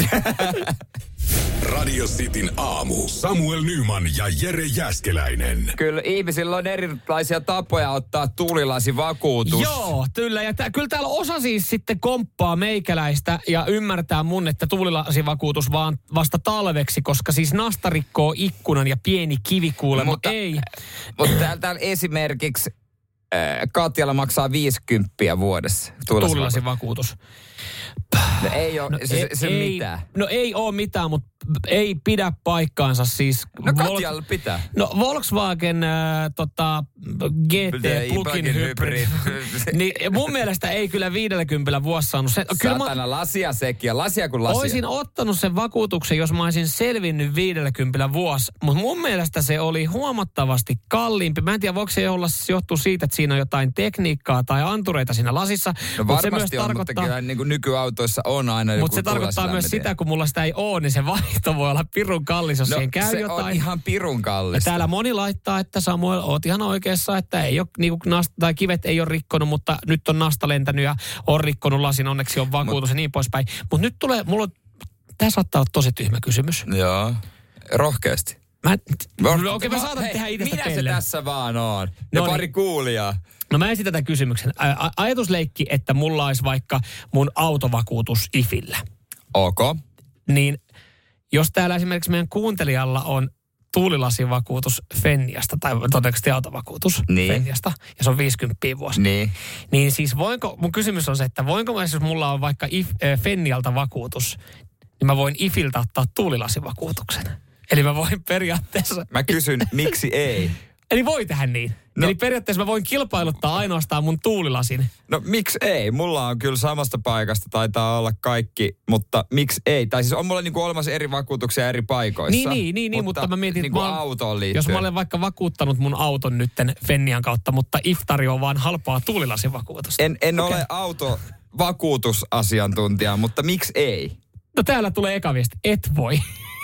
Radio Cityn aamu. Samuel Nyman ja Jere Jääskeläinen. Kyllä ihmisillä on erilaisia tapoja ottaa tuulilasivakuutus. Joo, kyllä. Ja tää, kyllä täällä osa siis sitten komppaa meikäläistä ja ymmärtää mun, että tuulilasivakuutus vaan vasta talveksi, koska siis nasta rikkoo ikkunan ja pieni kivi kuule, mutta ei. Mutta täällä, täällä esimerkiksi äh, Katjalla maksaa viisikymmentä vuodessa tuulilasivakuutus. No ei ole, no, se, ei, se ei, mitään. No ei ole mitään, mutta ei pidä paikkaansa siis. No Katjalla Vol- pitää. No Volkswagen äh, tota, G T plug-in hybrid. Niin mun mielestä ei kyllä viidelläkympillä vuosi saanut sen. Satana, mä, lasia sekin, lasia kuin lasia. Olisin ottanut sen vakuutuksen, jos mä olisin selvinnyt viidelläkympillä vuosi. Mutta mun mielestä se oli huomattavasti kalliimpi. Mä en tiedä, voiko se olla johtuu siitä, että siinä on jotain tekniikkaa tai antureita siinä lasissa. No varmasti se myös on, tarkoittaa, mutta kyllä niin kuin nykyautoissa on aina joku. Mutta se tarkoittaa myös sitä, kun mulla sitä ei ole, niin se vaihto voi olla pirun kallis, jos no, siihen käy se jotain. On ihan pirun kallis. Täällä moni laittaa, että Samuel, oot ihan oikeassa, että ei ole, niin kuin nasta, tai kivet ei ole rikkonut, mutta nyt on nasta lentänyt ja on rikkonut lasin, onneksi on vakuutus Mut, ja niin poispäin. Mutta nyt tulee, mulla on, tää saattaa olla tosi tyhmä kysymys. Joo, rohkeasti. Mä, no, okei, mä saatan hei, tehdä itsestä minä pelle. Se tässä vaan on? Ja no pari niin. kuulijaa. No mä esitän tämän kysymyksen. Ä, ajatusleikki, että mulla olisi vaikka mun autovakuutus IFillä. Ok. Niin jos täällä esimerkiksi meidän kuuntelijalla on tuulilasivakuutus Fenniasta, tai todennäköisesti autovakuutus niin. Fenniasta, ja se on viisikymmentä vuosi. Niin. Niin siis voinko, mun kysymys on se, että voinko mä, jos mulla on vaikka If, äh, Fennialta vakuutus, niin mä voin IFiltä ottaa tuulilasivakuutuksen. Eli mä voin periaatteessa... Mä kysyn, miksi ei? Eli voi tehdä niin. No. Eli periaatteessa mä voin kilpailuttaa ainoastaan mun tuulilasin. No miksi ei? Mulla on kyllä samasta paikasta, taitaa olla kaikki, mutta miksi ei? Tai siis on mulla niinku olemassa eri vakuutuksia eri paikoissa. Niin, niin, niin, niin mutta, mutta mä mietin, niinku että autoon liittyen. Jos mä olen vaikka vakuuttanut mun auton nytten Fennian kautta, mutta I F tarjoaa vaan halpaa tuulilasivakuutusta. En, en okay. ole autovakuutusasiantuntija, mutta miksi ei? No täällä tulee eka viesti, et voi.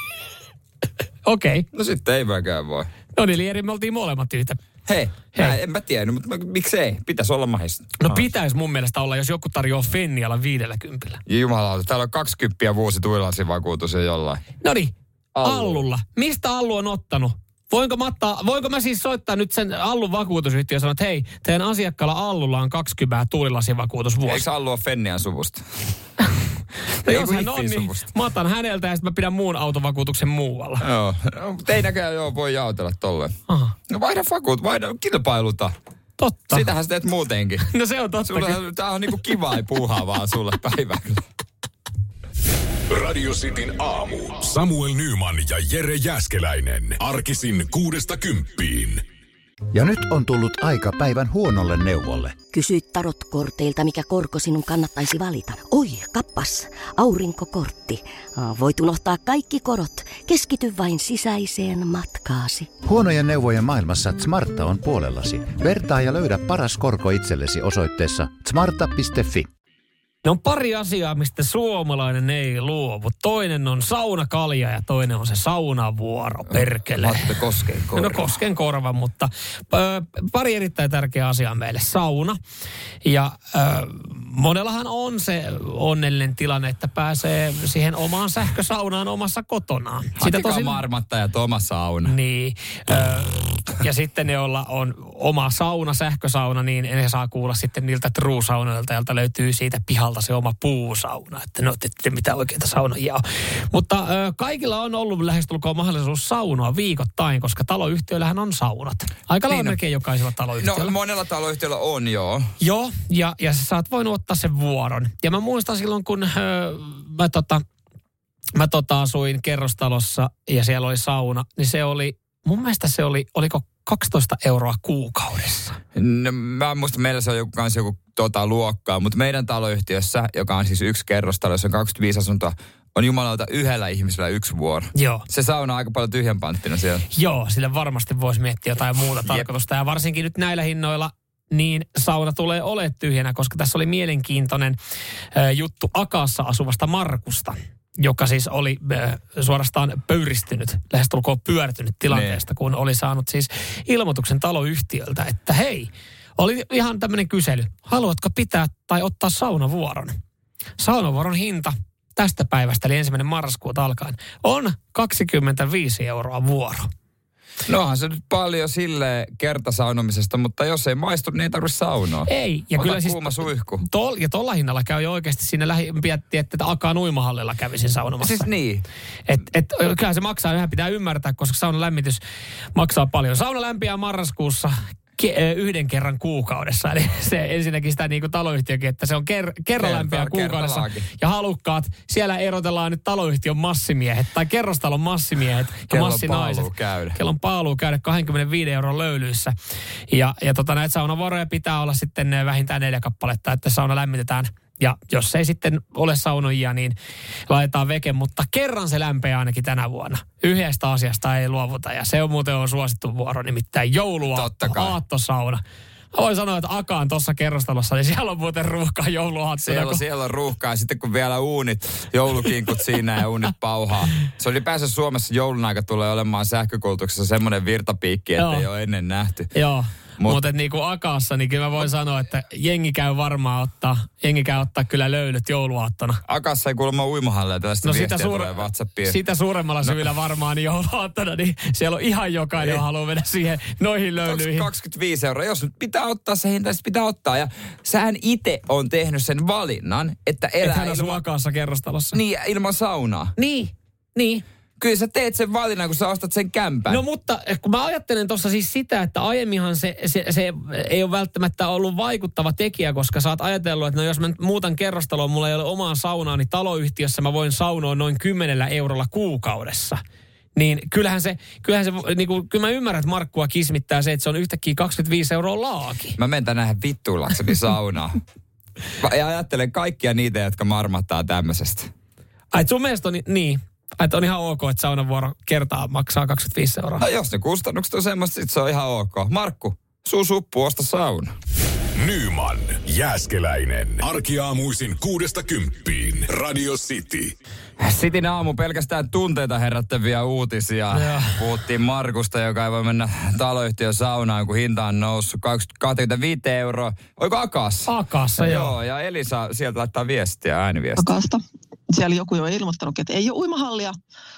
Okei. Okay. No sitten ei mäkään voi. No niin, Lieri, me oltiin molemmat yhtä. Hei, Hei. Mä, en mä tiennyt, mutta miksi ei? Pitäisi olla mahdollista. No ah. pitäisi mun mielestä olla, jos joku tarjoaa Fennialla viidelläkympillä. Jumalauta, täällä on kaksikymmentä vuosi tuilasivakuutus ja jollain. No niin, Allu. Allulla. Mistä Allu on ottanut? Voinko mä, ottaa, voinko mä siis soittaa nyt sen Allun vakuutusyhtiön ja sanoa, että hei, teidän asiakkaalla Allulla on kaksikymmentä tuulilasivakuutus vuosi. Eikö Allu ole Fennian suvusta? No jos hän on, niin mä otan häneltä ja sitten mä pidän muun autovakuutuksen muualla. Joo, teinäkään joo voi jaotella tolleen. Aha. No vaihda vakuut, vaihda kilpailuta. Totta. Sitähän sä teet muutenkin. No se on totta. Tää on niinku kivaa ei puuhaa vaan sulle päivällä. Radio Cityn aamu. Samuel Nyman ja Jere Jääskeläinen. Arkisin kuudesta kymppiin. Ja nyt on tullut aika päivän huonolle neuvolle. Kysy tarotkorteilta, mikä korko sinun kannattaisi valita. Oi, kappas, aurinkokortti. Voit unohtaa kaikki korot. Keskity vain sisäiseen matkaasi. Huonojen neuvojen maailmassa Smarta on puolellasi. Vertaa ja löydä paras korko itsellesi osoitteessa smarta piste fi. Ne on pari asiaa, mistä suomalainen ei luovu. Toinen on saunakalja ja toinen on se saunavuoro, perkele. Matte Koskenkorva. No Koskenkorva, mutta ö, pari erittäin tärkeää asiaa meille. Sauna. Ja ö, monellahan on se onnellinen tilanne, että pääsee siihen omaan sähkösaunaan omassa kotonaan. Sitä tosi marmattajat oma sauna. Niin. Ö, ja sitten ne, joilla on oma sauna, sähkösauna, niin ne saa kuulla sitten niiltä truusaunoilta, joilta löytyy siitä pihalta se oma puusauna. Että no, ette mitä oikeita saunojia on. Mutta ö, kaikilla on ollut lähestulkoon mahdollisuus saunoa viikoittain, koska taloyhtiöillähän on saunat. Aika lailla niin melkein jokaisella taloyhtiöllä. No monella taloyhtiöllä on, joo. Joo, ja, ja sä oot voinut ottaa sen vuoron. Ja mä muistan silloin, kun ö, mä, tota, mä tota asuin kerrostalossa ja siellä oli sauna, niin se oli, mun mielestä se oli, oliko kaksitoista euroa kuukaudessa. No, mä muistan, meillä se on joku, kans joku tota, luokkaa, mutta meidän taloyhtiössä, joka on siis yksi kerrostalo, jossa on kaksikymmentäviisi asuntoa, on jumalauta yhdellä ihmisellä yksi vuoro. Joo. Se sauna on aika paljon tyhjän panttina siellä. Joo, sille varmasti voisi miettiä jotain muuta tarkoitusta. Ja varsinkin nyt näillä hinnoilla, niin sauna tulee olemaan tyhjänä, koska tässä oli mielenkiintoinen äh, juttu Akaassa asuvasta Markusta, joka siis oli äh, suorastaan pöyristynyt, lähestulkoon pyörtynyt tilanteesta, ne. kun oli saanut siis ilmoituksen taloyhtiöltä, että hei, oli ihan tämmöinen kysely. Haluatko pitää tai ottaa saunavuoron? Saunavuoron hinta tästä päivästä, eli ensimmäinen marraskuuta alkaen, on kaksikymmentäviisi euroa vuoro. Nohan se nyt paljon silleen kertasaunomisesta, mutta jos ei maistu, niin ei tarvitse saunoa. Ei. Ja ota kyllä siis kuuma suihku. Tol, ja tolla hinnalla käy jo oikeasti siinä lähi, että, että Akaan uimahallilla kävisin saunomassa. Siis niin. Et, et, kyllä se maksaa, yhä pitää ymmärtää, koska saunan lämmitys maksaa paljon. Sauna lämpiää marraskuussa yhden kerran kuukaudessa. Eli se ensinnäkin sitä niin kuin taloyhtiökin, että se on ker- kerran lämpiää kuukaudessa. Kertalaakin. Ja halukkaat, siellä erotellaan nyt taloyhtiön massimiehet tai kerrostalon massimiehet ja Kellon massinaiset. paaluu käydä. Kellon paaluu käydä kaksikymmentäviisi euron löylyissä. Ja, ja tota, näitä saunavuoroja pitää olla sitten vähintään neljä kappaletta, että sauna lämmitetään. Ja jos ei sitten ole saunojia, niin laitetaan veke, mutta kerran se lämpeää ainakin tänä vuonna. Yhdestä asiasta ei luovuta ja se on muuten on suosittu vuoro, nimittäin jouluaatto, aattosauna. Mä voin sanoa, että Akaan tuossa kerrostalossa, niin siellä on muuten ruuhkaa jouluaattona. Siellä, kun... siellä on ruuhkaa, sitten kun vielä uunit, joulukinkut siinä ja uunit pauhaa. Se oli päässä Suomessa joulun aika tulee olemaan sähkökulutuksessa semmoinen virtapiikki, että ei ole ennen nähty. Joo. Mut, Mutta niin kuin Akaassa, niin kyllä mä voin sanoa, että jengi käy varmaan ottaa, jengi käy ottaa kyllä löylyt jouluaattona. Akaassa ei kuulemma uimahalle ja tällaista no viestiä suure- tulee WhatsAppiin. Sitä suuremmalla no. syyllä varmaan niin jouluaattona, niin siellä on ihan jokainen, joka haluaa mennä siihen noihin löylyihin. kaksikymmentäviisi euroa, jos nyt pitää ottaa se hinta, sitten pitää ottaa. Ja sähän itse on tehnyt sen valinnan, että elää ilman... Ethän Akaassa kerrostalossa. Niin, ilman saunaa. Niin, niin. Kyllä sä teet sen valinnan, kun sä ostat sen kämpän. No mutta kun mä ajattelen tuossa siis sitä, että aiemminhan se, se, se ei ole välttämättä ollut vaikuttava tekijä, koska sä oot ajatellut, että no jos mä nyt muutan kerrostaloon, mulla ei ole omaa saunaa, niin taloyhtiössä mä voin saunoa noin kymmenellä eurolla kuukaudessa. Niin kyllähän se, kyllähän se niin kuin, kyllä mä ymmärrän, että Markkua kismittää se, että se on yhtäkkiä kaksikymmentäviisi euroa laaki. Mä menen tänään vittuillakseni saunaan. Ja ajattelen kaikkia niitä, jotka marmattaa tämmöisestä. Ai sun mielestä on niin... Että on ihan ok, että saunavuoro kertaa maksaa kaksikymmentäviisi euroa. No jos ne kustannukset on semmoista, sit se on ihan ok. Markku, suu suppu, osta sauna. Nyman, Jääskeläinen. Arkiaamuisin kuudesta kymppiin. Radio City. Cityn aamu pelkästään tunteita herättäviä uutisia. Ja. Puhuttiin Markusta, joka ei voi mennä taloyhtiön saunaan, kun hinta on noussut kaksikymmentäviisi euroa. Oiko Akaassa? Akaassa, joo. Joo, ja Elisa sieltä laittaa viestiä, ääniviestiä. Akaasta. Siellä joku jo ilmoittanut, että ei ole uimahallia.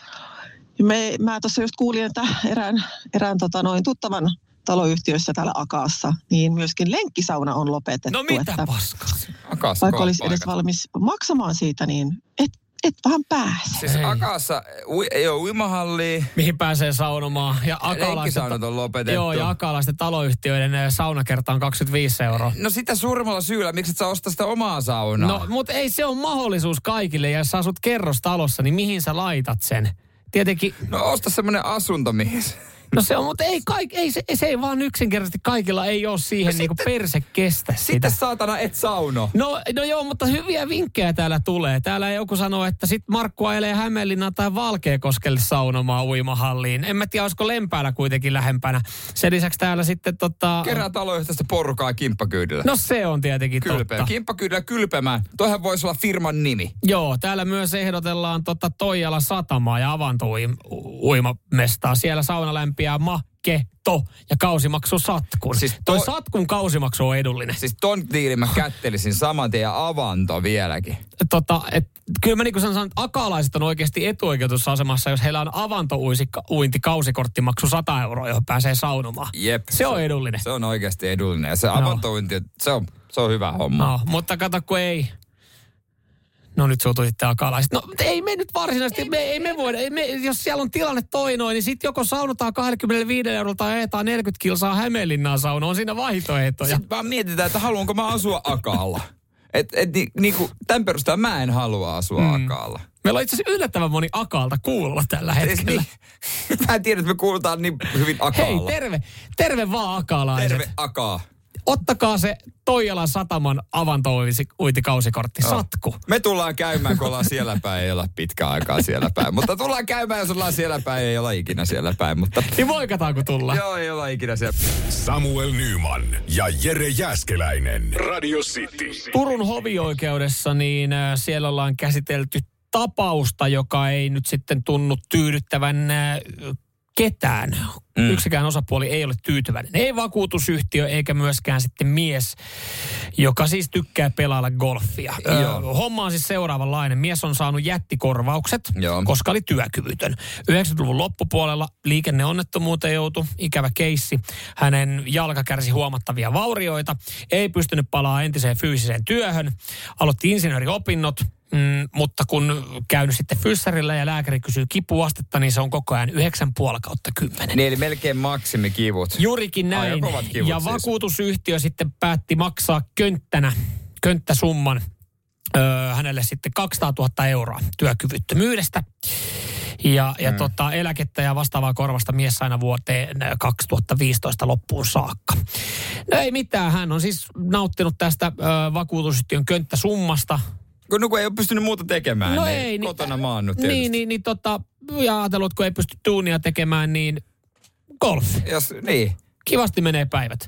Me, mä tuossa just kuulin, että erään, erään tota noin tuttavan taloyhtiössä täällä Akaassa, niin myöskin lenkkisauna on lopetettu. No mitä että paskaa? Akaassa vaikka olisi edes valmis maksamaan siitä, niin et, et vähän pääse. Siis ei. Akaassa ui, ei ole uimahallia. Mihin pääsee saunomaan. Ja lenkkisaunat on lopetettu. Joo, ja akalaisten taloyhtiöiden saunakerta on kaksikymmentäviisi euroa. No sitä suuremmalla syyllä, miksi et sä osta sitä omaa saunaa? No, mutta ei se ole mahdollisuus kaikille. Ja jos sä asut kerrostalossa, niin mihin sä laitat sen? Tietenkin... No osta semmoinen asunto, mihin No se on, mutta ei, kaik, ei, se, se ei vaan yksinkertaisesti kaikilla ei ole siihen no niinku sitten, perse kestä sitä. Sitten saatana et sauno. No, no joo, mutta hyviä vinkkejä täällä tulee. Täällä joku sanoo, että sit Markku ajelee Hämeenlinnaan tai Valkeakoskelle saunomaan uimahalliin. En mä tiedä, olisiko Lempäällä kuitenkin lähempänä. Sen lisäksi täällä sitten tota... Kerää taloyhteistä porukkaa kimppakyydillä. No se on tietenkin Kylpeä. totta. Kimppakyydillä kylpemään. Toihan voisi olla firman nimi. Joo, täällä myös ehdotellaan tota Toijala satamaa ja avantouimamestaa. Siellä sauna lämpiää make, to ja kausimaksu satkun. Siis toi, toi satkun kausimaksu on edullinen. Siis ton diilin mä kättelisin saman tien avanto vieläkin. Tota, et, kyllä mä niin kuin sanon, että akalaiset on oikeasti etuoikeutussa asemassa, jos heillä on avantouinti kausikorttimaksu sata euroa, johon pääsee saunomaan. Jep. Se on edullinen. Se on oikeasti edullinen ja se no. avantouinti, se on, se on hyvä homma. No, mutta kato kun ei... No nyt suutuitte akalaiset. No ei me nyt varsinaisesti, ei me, ei me voida, ei me, jos siellä on tilanne toi noin, niin sitten joko saunotaan kaksikymmentäviisi eurolla tai ajetaan neljäkymmentä kilsaa Hämeenlinnaan sauna. On siinä vaihtoehtoja. Sitten vaan mietitään, että haluanko mä asua Akaalla. Että et, ni, niinku, tämän perusteella mä en halua asua mm. Akaalla. Meillä on itse asiassa yllättävän moni Akaalta kuulla tällä hetkellä. Niin, mä en tiedä, että me kuulutaan niin hyvin Akaalla. Hei, terve. Terve vaan akaalaiset. Terve Akaa. Ottakaa se Toijalan sataman avantouintikausikortti, no. Satku. Me tullaan käymään, kun ollaan siellä päin, ei olla pitkä aikaa siellä päin. Mutta tullaan käymään, jos ollaan siellä päin, ei olla ikinä siellä päin. Mutta... Niin voikataanko tulla? Joo, ei olla ikinä siellä. Samuel Nyman ja Jere Jääskeläinen. Radio City. Turun hovioikeudessa, niin äh, siellä ollaan käsitelty tapausta, joka ei nyt sitten tunnu tyydyttävän äh, ketään. Mm. Yksikään osapuoli ei ole tyytyväinen. Ei vakuutusyhtiö eikä myöskään sitten mies, joka siis tykkää pelailla golfia. Öö, homma on siis seuraavanlainen. Mies on saanut jättikorvaukset, Joo. koska oli työkyvytön. yhdeksänkymmentäluvun loppupuolella liikenneonnettomuuteen joutui. Ikävä keissi. Hänen jalka kärsi huomattavia vaurioita. Ei pystynyt palaamaan entiseen fyysiseen työhön. Aloitti insinööriopinnot. Mm, mutta kun käynyt sitten fyssarilla ja lääkäri kysyy kipuastetta, niin se on koko ajan yhdeksän puoli kautta kymmenen. Niin eli melkein maksimikivut. Juurikin näin. Kivut, ja siis. Vakuutusyhtiö sitten päätti maksaa könttänä, könttäsumman öö, hänelle sitten kaksisataatuhatta euroa työkyvyttömyydestä. Ja, ja mm. tota, eläkettä ja vastaavaa korvasta mies aina vuoteen kaksituhattaviisitoista loppuun saakka. No ei mitään, hän on siis nauttinut tästä öö, vakuutusyhtiön könttäsummasta. No kun ei ole pystynyt muuta tekemään, no niin ei, kotona maannut tietysti. Niin, niin, niin tota, ja ajatellut, kun ei pysty duunia tekemään, niin golf. Jos, niin. Kivasti menee päivät.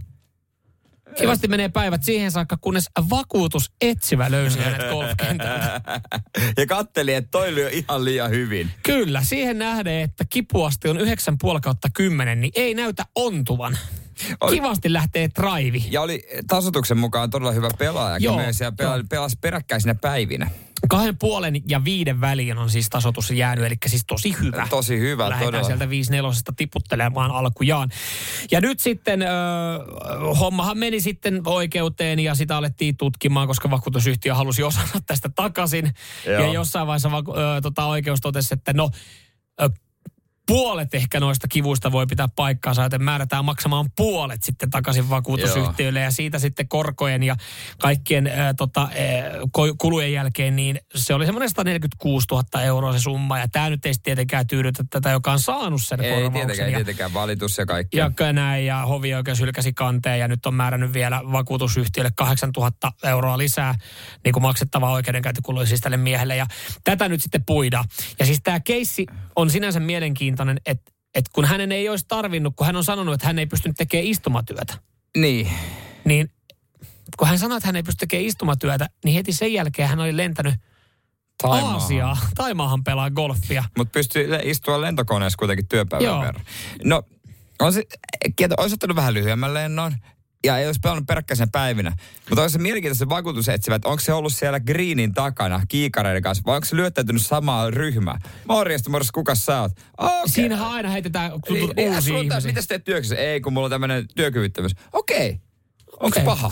Kivasti menee päivät siihen saakka, kunnes vakuutus etsivä löysi hänet golfkentältä. Ja katteli, että toi lyö ihan liian hyvin. Kyllä, siihen nähden, että kipuasti on yhdeksän puoli kautta kymmenen, niin ei näytä ontuvan. Oli, kivasti lähtee traivi. Ja oli tasoituksen mukaan todella hyvä pelaaja. Joo, myös ja pela, pelasi peräkkäisinä päivinä. Kahden puolen ja viiden väliin on siis tasoitus jäänyt, eli siis tosi hyvä. Tosi hyvä, lähdetään todella. Lähdetään sieltä viisi nelosesta tiputtelemaan alkujaan. Ja nyt sitten äh, hommahan meni sitten oikeuteen ja sitä alettiin tutkimaan, koska vakuutusyhtiö halusi osata tästä takaisin. Joo. Ja jossain vaiheessa vaku- äh, tota, oikeus totesi, että no... Äh, puolet ehkä noista kivuista voi pitää paikkaansa, joten määrätään maksamaan puolet sitten takaisin vakuutusyhtiölle. Joo. Ja siitä sitten korkojen ja kaikkien ää, tota, ää, kulujen jälkeen, niin se oli semmoinen sata neljäkymmentäkuusituhatta euroa se summa. Ja tämä nyt ei tietenkään tyydytä tätä, joka on saanut sen ei korvauksen. Tietenkään, ja, tietenkään valitus ja kaikki. Ja näin, ja hovioikeus hylkäsi kanteen ja nyt on määrännyt vielä vakuutusyhtiölle kahdeksantuhatta euroa lisää niin kuin maksettavaa oikeudenkäyntikuluja siis tälle miehelle. Ja tätä nyt sitten puidaan. Ja siis tämä keissi on sinänsä mielenkiintoinen. Että et kun hänen ei olisi tarvinnut, kun hän on sanonut, että hän ei pystynyt tekemään istumatyötä. Niin. Niin kun hän sanoi, että hän ei pysty tekemään istumatyötä, niin heti sen jälkeen hän oli lentänyt Taimaahan. Aasiaan. Taimaahan pelaa golfia. Mutta pystyy istua lentokoneessa kuitenkin työpäivän verran. No, on se, olisi ottanut vähän lyhyemmän lennon. Ja ei olisi pelannut peräkkäisenä päivinä. Mutta olisi se mielenkiintoista vakuutusetsivä, että onko se ollut siellä greenin takana kiikareiden kanssa, vai onko se lyöttäytynyt samaa ryhmää? Morjesta, morjesta, kuka sä oot? Okay. Siinähän aina heitetään tutut niin, uusia ihmisiä. Mitä sä teet työkyvyssä? Ei, kun mulla on tämmöinen työkyvyttömyys. Okei. Okay. Onko okay. paha?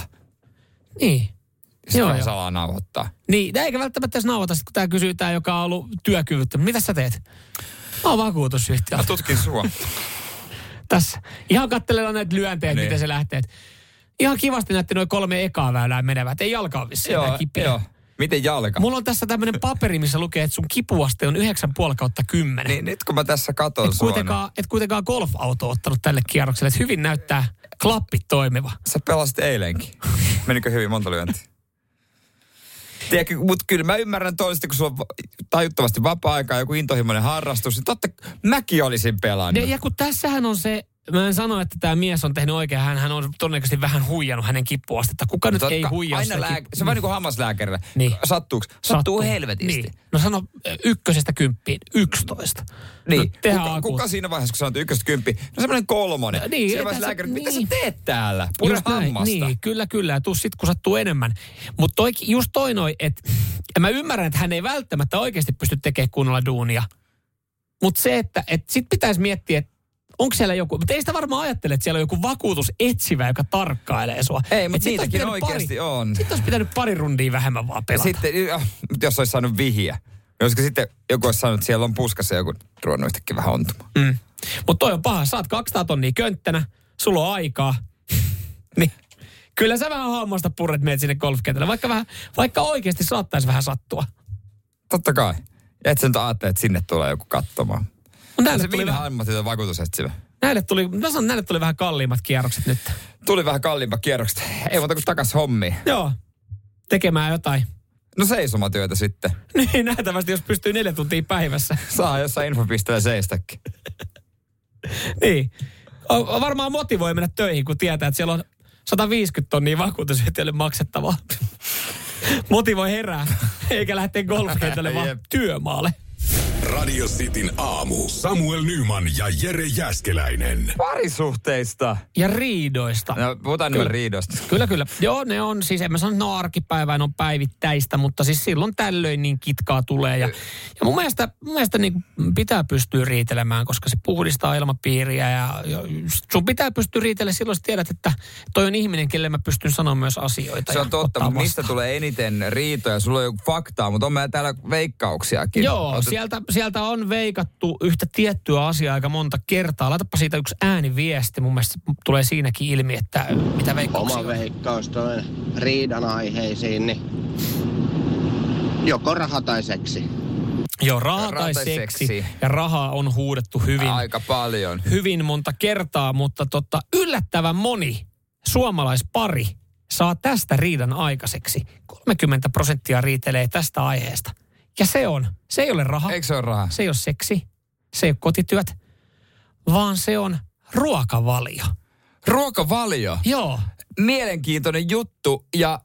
Niin. Sitä joo, joo. Salaa nauhoittaa. Niin, eikä välttämättä edes nauhoita, kun tää kysyy tää, joka on ollut työkyvyttömyys. Mitä sä teet? Mä oon vakuutusyhtiö. Mä tutkin sua. Tässä. Ihan katselemaan näitä lyöntejä, niin. Miten se lähtee. Ihan kivasti näytti noin kolme ekaa väylää menevät. Ei jalka ole vissiin enää kipeä. Joo. Miten jalka? Mulla on tässä tämmöinen paperi, missä lukee, että sun kipuaste on yhdeksän pilkku viisi kautta kymmenen. Niin, nyt kun mä tässä katon et kuitenkaan, et kuitenkaan golf-auto ottanut tälle kierrokselle. Että hyvin näyttää klappit toimiva. Sä pelasit eilenkin. Menikö hyvin monta lyöntiä? Tiedätkö, mutta kyllä mä ymmärrän toista, kun sulla on tajuttomasti vapaa-aikaa, joku intohimoinen harrastus, niin totta, mäkin olisin pelannut. Ja, ja kun tässähän on se, mä en sano, että tämä mies on tehnyt oikein, hän, hän on todennäköisesti vähän huijannut hänen kippuastetta. Kuka nyt Totka, ei huijaa aina sitä lää... kippu- Se on vähän niin kuin hammaslääkärillä. Niin. Sattuuko? Sattuu, Sattuu helvetisti. Niin. No sano ykkösestä kymppiin, yksitoista. Niin. No, kuka, kuka siinä vaiheessa, kun sanot ykköstä kymppiin? No semmoinen kolmonen. No, niin, siinä vaiheessa lääkäri, niin. mitä sä teet täällä? Pure hammasta. Niin, kyllä, kyllä. Tuu sit, kun sattuu enemmän. Mutta just toi noi, että mä ymmärrän, että hän ei välttämättä oikeasti pysty tekemään kunnolla duunia. Mutta se, että et sit pitäisi miettiä, että onko siellä joku, mutta ei sitä varmaan ajattele, että siellä on joku vakuutusetsivä, joka tarkkailee sua. Ei, mutta niitäkin oikeasti pari, on. Sitten olisi pitänyt pari rundia vähemmän vaan pelata. Sitten, jos olisi saanut vihjeä. Olisiko sitten joku olisi sanonut, että siellä on puskassa joku ruvennut yhtäkkiä vähän ontumaan. Mm. Mutta toi on paha. Saat kaksisataa tonnia könttänä, sulla on aikaa. Niin. Kyllä sä vähän hammasta purret meet sinne golfkentälle, vaikka, vähän, vaikka oikeasti saattaisi vähän sattua. Totta kai. Ja et sä nyt ajattele, että sinne tulee joku katsomaan. No näille se tuli viime vähän, ammatillinen vakuutusetsivä. näille tuli, mä sanon, näille tuli vähän kalliimmat kierrokset nyt. Tuli vähän kalliimmat kierrokset. Ei muuta kuin takas hommiin. Joo. Tekemään jotain. No seisomatyötä sitten. Niin, nähtävästi, jos pystyy neljä tuntia päivässä. Saa jossain infopisteellä seistäkin. Niin. O, varmaan motivoi mennä töihin, kun tietää, että siellä on sata viisikymmentä tonnia vakuutusyhtiölle maksettavaa. Motivoi herää, eikä lähteä golfkentälle, vaan työmaalle. Radio Cityn aamu. Samuel Nyman ja Jere Jääskeläinen. Parisuhteista. Ja riidoista. No, puhutaan nyt riidoista. Kyllä, kyllä. Joo, ne on siis, en mä sano, että ne on arkipäivää, ne on päivittäistä, mutta siis silloin tällöin niin kitkaa tulee. Ja, ja mun mielestä, mun mielestä niin pitää pystyä riitelemään, koska se puhdistaa ilmapiiriä ja, ja sun pitää pystyä riitelemään silloin, sä tiedät, että toi on ihminen, kelle mä pystyn sanoa myös asioita. Se on totta, mutta mistä tulee eniten riitoja? Sulla on joku faktaa, mutta on meillä täällä veikkauksiakin. Joo, Otet... sieltä, sieltä on veikattu yhtä tiettyä asiaa aika monta kertaa. Laitapa siitä yksi ääniviesti. Mun mielestä tulee siinäkin ilmi, että mitä veikkauksia Oma veikkaus toinen riidan aiheisiin, niin joko raha tai seksi. Joo, raha, raha tai, tai seksi. seksi. Ja rahaa on huudettu hyvin. Aika paljon. Hyvin monta kertaa, mutta totta, yllättävän moni suomalaispari saa tästä riidan aikaiseksi. kolmekymmentä prosenttia riitelee tästä aiheesta. Ja se on, se ei ole raha. Eikö se ole raha? Se ei ole seksi, se ei ole kotityöt, vaan se on ruokavalio. Ruokavalio? Joo. Mielenkiintoinen juttu ja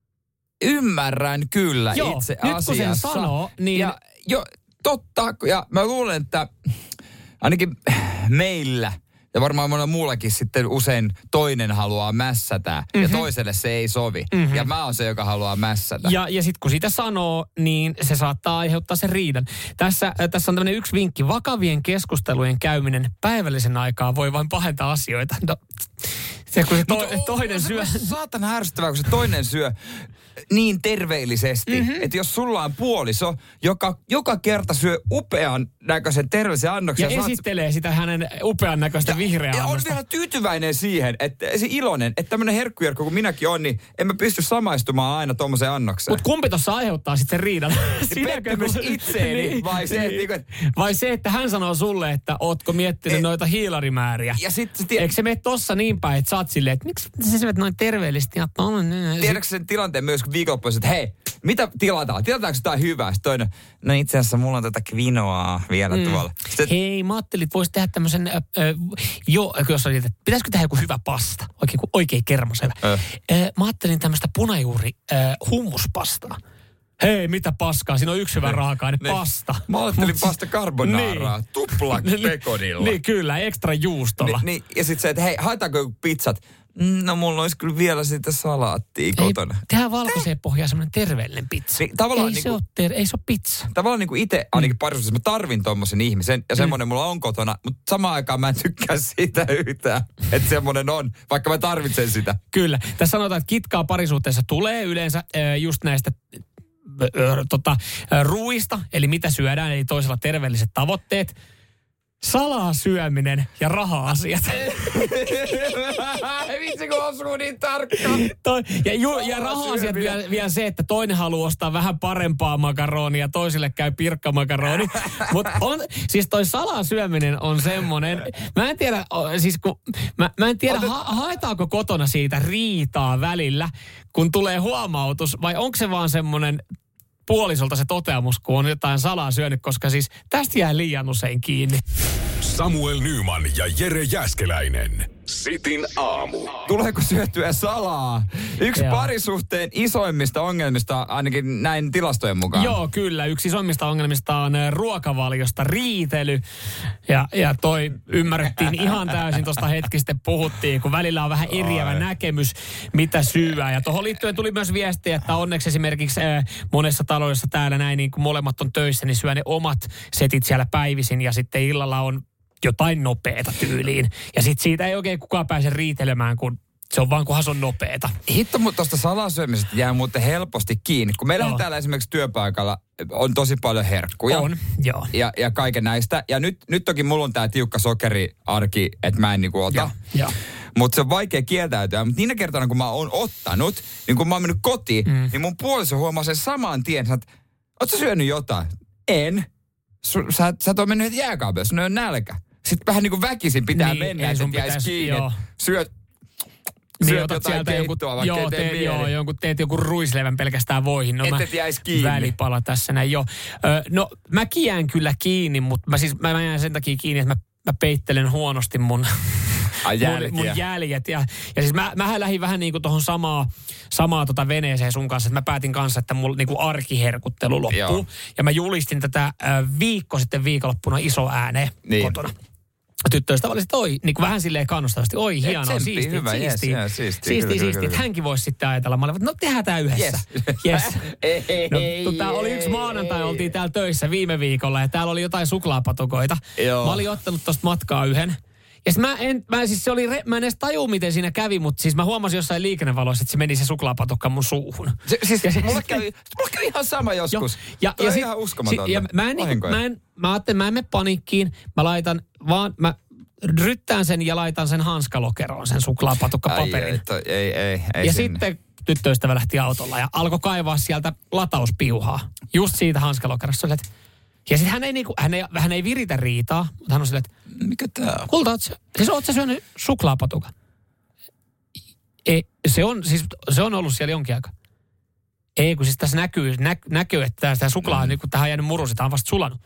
ymmärrän kyllä Joo, itse nyt asiassa. kun sen sanoo, niin... Ja, jo, totta, ja mä luulen, että ainakin meillä ja varmaan monella muullakin sitten usein toinen haluaa mässätä mm-hmm. ja toiselle se ei sovi. Mm-hmm. Ja mä oon se, joka haluaa mässätä. Ja, ja sitten kun sitä sanoo, niin se saattaa aiheuttaa sen riidan. Tässä, äh, tässä on tämmöinen yksi vinkki. Vakavien keskustelujen käyminen päivällisen aikaa voi vain pahentaa asioita. No, se, kun se to, Mut, toinen se, syö... Se on saatana härsyttävää, kun se toinen syö niin terveellisesti, mm-hmm. että jos sulla on puoliso, joka joka kerta syö upean näköisen terveellisen annoksen. Ja esittelee sitä hänen upean näköistä vihreää Ja on annosta. vielä tyytyväinen siihen, että se iloinen, että tämmöinen herkkujerkku kuin minäkin on, niin en mä pysty samaistumaan aina tommoseen annokseen. Mutta kumpi tossa aiheuttaa sitten sen riidan? Pettymys itseeni niin, vai, se, niin. että, vai se, että hän sanoo sulle, että ootko miettinyt e- noita hiilarimääriä? Ja sit, sit, Eikö se mene tossa niin päin, että sä oot silleen, että miksi sä syöt noin terveellisesti? Ja tiedätkö sen tilanteen myös, kun viikonloppuisin, että hei, mitä tilataan? Tilataanko jotain hyvää? Sitten toinen, no itse asiassa mulla on tätä kvinoaa vielä mm. tuolla. Sitten, hei, mä ajattelin, että voisi tehdä tämmöisen, äh, äh, jo, jos oli, että pitäisikö tehdä joku hyvä pasta? Oikein, oikein kermosevä. Äh. Äh, mä ajattelin tämmöistä punajuuri äh, hummuspastaa. Hei, mitä paskaa? Siinä on yksi hyvä raaka-aine, niin. Pasta. Mä ajattelin pasta carbonaaraa, niin. tupla pekonilla. Niin, kyllä, ekstra juustolla. Ni, niin, ja sitten se, että hei, haetaanko joku pizzat? No mulla olisi kyllä vielä sitä salaattia kotona. Tehdään valkoiseen pohjaan semmoinen terveellinen pizza. Niin, tavallaan ei, niin se kuin, ole ter- ei se ole pizza. Tavallaan niin kuin itse, ainakin parisuudessa, mä tarvin tommosen ihmisen, ja semmoinen mm. mulla on kotona, mutta samaan aikaan mä en tykkää siitä yhtään, että semmoinen on, vaikka mä tarvitsen sitä. Kyllä. Tässä sanotaan, että kitkaa parisuhteessa tulee yleensä äh, just näistä äh, tota, äh, ruuista, eli mitä syödään, eli toisella terveelliset tavoitteet. salaa syöminen ja raha-asiat. Vitsi kun osuu niin tarkkaan. Toi, ja, ju, ja raha-asiat vielä, vielä se, että toinen haluaa ostaa vähän parempaa makaronia, toiselle käy pirkkamakaroni. Mutta siis toi salaa syöminen on semmoinen, mä en tiedä, siis kun, mä, mä en tiedä ha, haetaanko kotona siitä riitaa välillä, kun tulee huomautus, vai onko se vaan semmoinen puolisolta se toteamus, kun on jotain salaa syönyt, koska siis tästä jää liian usein kiinni. Samuel Nyman ja Jere Jääskeläinen. Sitin aamu. Tuleeko syötyä salaa? Yksi Joo. parisuhteen isoimmista ongelmista, ainakin näin tilastojen mukaan. Joo, kyllä. Yksi isoimmista ongelmista on ruokavaliosta riitely. Ja, ja toi ymmärrettiin ihan täysin, tuosta hetki sitten puhuttiin, kun välillä on vähän eriävä Ai. näkemys, mitä syyä. Ja tuohon liittyen tuli myös viestiä, että onneksi esimerkiksi äh, monessa taloudessa täällä näin, niin kun molemmat on töissä, niin syö ne omat setit siellä päivisin ja sitten illalla on jotain nopeeta tyyliin. Ja sit siitä ei oikein kukaan pääse riitelemään, kun se on vaan kunhan se on nopeeta. Hitto, mutta tuosta salasyömisestä jää muuten helposti kiinni. Kun meillähän no. täällä esimerkiksi työpaikalla on tosi paljon herkkuja. On, joo. Ja, ja kaiken näistä. Ja nyt, nyt toki mulla on tää tiukka sokeriarki, että mä en niinku ota. Joo, joo. Mutta se on vaikea kieltäytyä. Mutta niinä kertana, kun mä oon ottanut, niin kun mä oon mennyt kotiin, mm. niin mun puoliso huomaa sen saman tien. Että oot sä syönyt jotain? En. Su, sä, sä et ole mennyt jääkaapille, sun on nälkä. Sitten vähän niin kuin väkisin pitää niin, mennä, että et jäisi kiinni. Joo. Syöt, syöt niin, jotain keittoa, vaikka joo, teet, joo, jonkun, teet joku ruisleivän pelkästään voihin. No, et jäisi kiinni. Välipala tässä näin, joo. Ö, no mä jään kyllä kiinni, mutta mä, siis, mä, mä jään sen takia kiinni, että mä, mä peittelen huonosti mun... Ai jäljet. Mun, mun jäljet. Ja, ja siis mä, mähän lähdin vähän niin kuin tohon samaa, samaa tota veneeseen sun kanssa, että mä päätin kanssa, että mulla niin kuin arkiherkuttelu loppuu. Joo. Ja mä julistin tätä äh, viikko sitten viikonloppuna iso ääneen niin. kotona. Tyttöystävällisesti, oi, niin kuin vähän silleen kannustavasti, oi hienoa, tsemppi, siistiä, hyvä, siistiä, yes, siistiä, yes, siistiä, siistiä, siistiä, että hänkin voisi sitten ajatella. Mä olin, no tehdään tää yhdessä. Yes. yes. No, tää oli yksi maanantai, oltiin täällä töissä viime viikolla ja täällä oli jotain suklaapatukoita. Joo. Mä olin ottanut tosta matkaa yhden. Ja mä en, mä siis se oli, re, mä en edes tajua, miten siinä kävi, mutta siis mä huomasin jossain liikennevaloissa, että se meni se suklaapatukka mun suuhun. Se, siis ja se, mulle, kävi, mulle kävi ihan sama joskus. Jo, ja, ja on sit, ihan uskomatonta. Ja mä en, niin, mä en, mä ajattelin, mä en mene paniikkiin, mä laitan vaan, mä ryttään sen ja laitan sen hanskalokeroon, sen suklaapatukkapaperin. Ai, ei, ei, ei, ei ja sinne. sitten tyttöystävä lähti autolla ja alkoi kaivaa sieltä latauspiuhaa. Just siitä hanskalokerosta. Ja sitten hän ei, niinku, hän, ei, hän ei viritä riitaa, mutta hän on silleen, että mikä tää on? Kulta, oot siis oot sä syönyt suklaapatukan? Ei, se on, siis, se on ollut siellä jonkin aikaa. Ei, kun siis tässä näkyy, nä, näkyy että tämä suklaa, mm. niin kun tähän on jäänyt muru, sitä on vasta sulanut.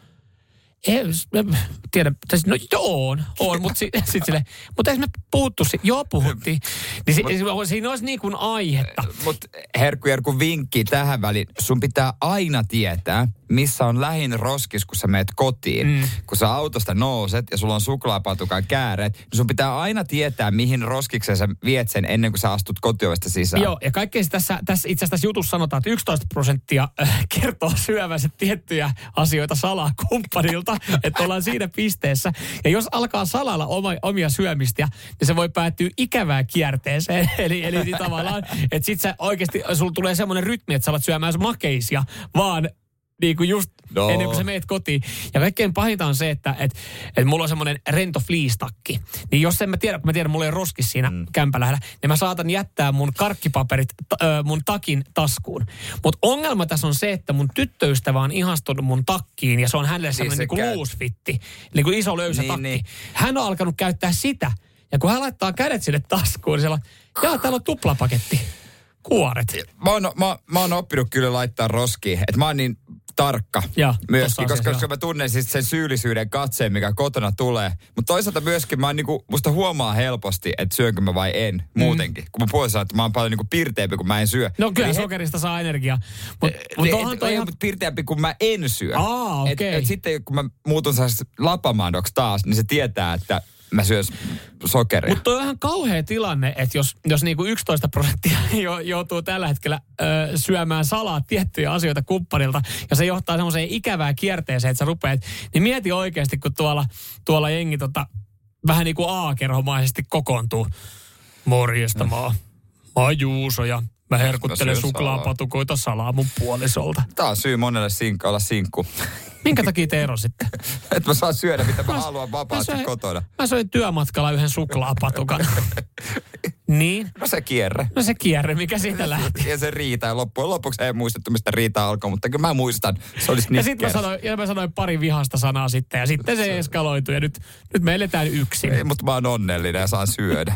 Ei, tiedä, no joo, on, on mutta sitten sit silleen, mutta eikö me puhuttu, joo puhuttiin, niin si, mut, siinä olisi niin kuin aihetta. Mutta herkku, herkku vinkki tähän väliin, sun pitää aina tietää, missä on lähin roskis, kun sä meet kotiin. Mm. Kun sä autosta nouset ja sulla on suklaapatukan kääret, niin sun pitää aina tietää, mihin roskikseen sä viet sen ennen kuin sä astut kotiovesta sisään. Joo, ja kaikkea tässä, tässä itse asiassa tässä jutussa sanotaan, että yksitoista prosenttia kertoo syövänsä tiettyjä asioita salaa kumppanilta, että ollaan siinä pisteessä. Ja jos alkaa salalla oma, omia syömistä, niin se voi päättyä ikävään kierteeseen. eli, eli niin tavallaan, että sit sä oikeasti, sulla tulee semmoinen rytmi, että sä alat syömään makeisia, vaan niin kuin just no. ennen kuin sä meet kotiin. Ja kaikkein pahinta on se, että et, et mulla on semmoinen rento fleece-takki. Niin jos en mä tiedä, kun mä tiedän, mulla ei roskis siinä mm. kämpälähdä, niin mä saatan jättää mun karkkipaperit t- ö, mun takin taskuun. Mutta ongelma tässä on se, että mun tyttöystävä on ihastunut mun takkiin ja se on hänelle semmoinen niin kuin käy... loose fitti. Niin kuin iso löysä niin, takki. Niin. Hän on alkanut käyttää sitä. Ja kun hän laittaa kädet sinne taskuun, niin siellä on, jaa, täällä on tuplapaketti. Kuoret. Mä oon, mä, mä oon oppinut kyllä laittaa roskiin. Että mä oon niin tarkka ja, myöskin, koska, koska mä tunnen siis sen syyllisyyden katseen, mikä kotona tulee. Mutta toisaalta myöskin mä niinku, musta huomaa helposti, että syönkö mä vai en muutenkin. Mm. Kun mä puhuin sanoa, että mä oon paljon niinku pirteämpi, kun mä en syö. No kyllä, eli sokerista he... saa energiaa. Mutta mut mut on ihan pirteämpi, kun mä en syö. Aa, okei. Okay. Et, et sitten kun mä muutun lapamandoksi taas, niin se tietää, että mä syön sokeria. Mutta toi on ihan kauhea tilanne, että jos, jos niinku yksitoista prosenttia jo, joutuu tällä hetkellä ö, syömään salaa tiettyjä asioita kumppanilta, ja se johtaa semmoiseen ikävään kierteeseen, että sä rupeat, niin mieti oikeasti, kun tuolla, tuolla jengi tota, vähän niin kuin A-kerhomaisesti kokoontuu. Morjesta, mä oon, mä oon Juuso ja mä herkuttelen suklaapatukoita salaa mun puolisolta. Tää on syy monelle sink- olla sinkku. Minkä takia te erositte? Että mä saan syödä, mitä mä, mä haluan vapaasti mä söin, kotona. Mä söin työmatkalla yhden suklaapatukan. Niin? No se kierre. No se kierre, mikä siitä lähti. Ja se riita. Ja loppujen lopuksi ei muistettu, mistä riita alkoi, mutta kyllä mä muistan. Se olisi ja sitten mä sanoin, ja mä sanoin pari vihasta sanaa sitten, ja sitten se eskaloitui. Ja nyt, nyt me eletään yksin. Ei, mutta mä oon onnellinen ja saan syödä.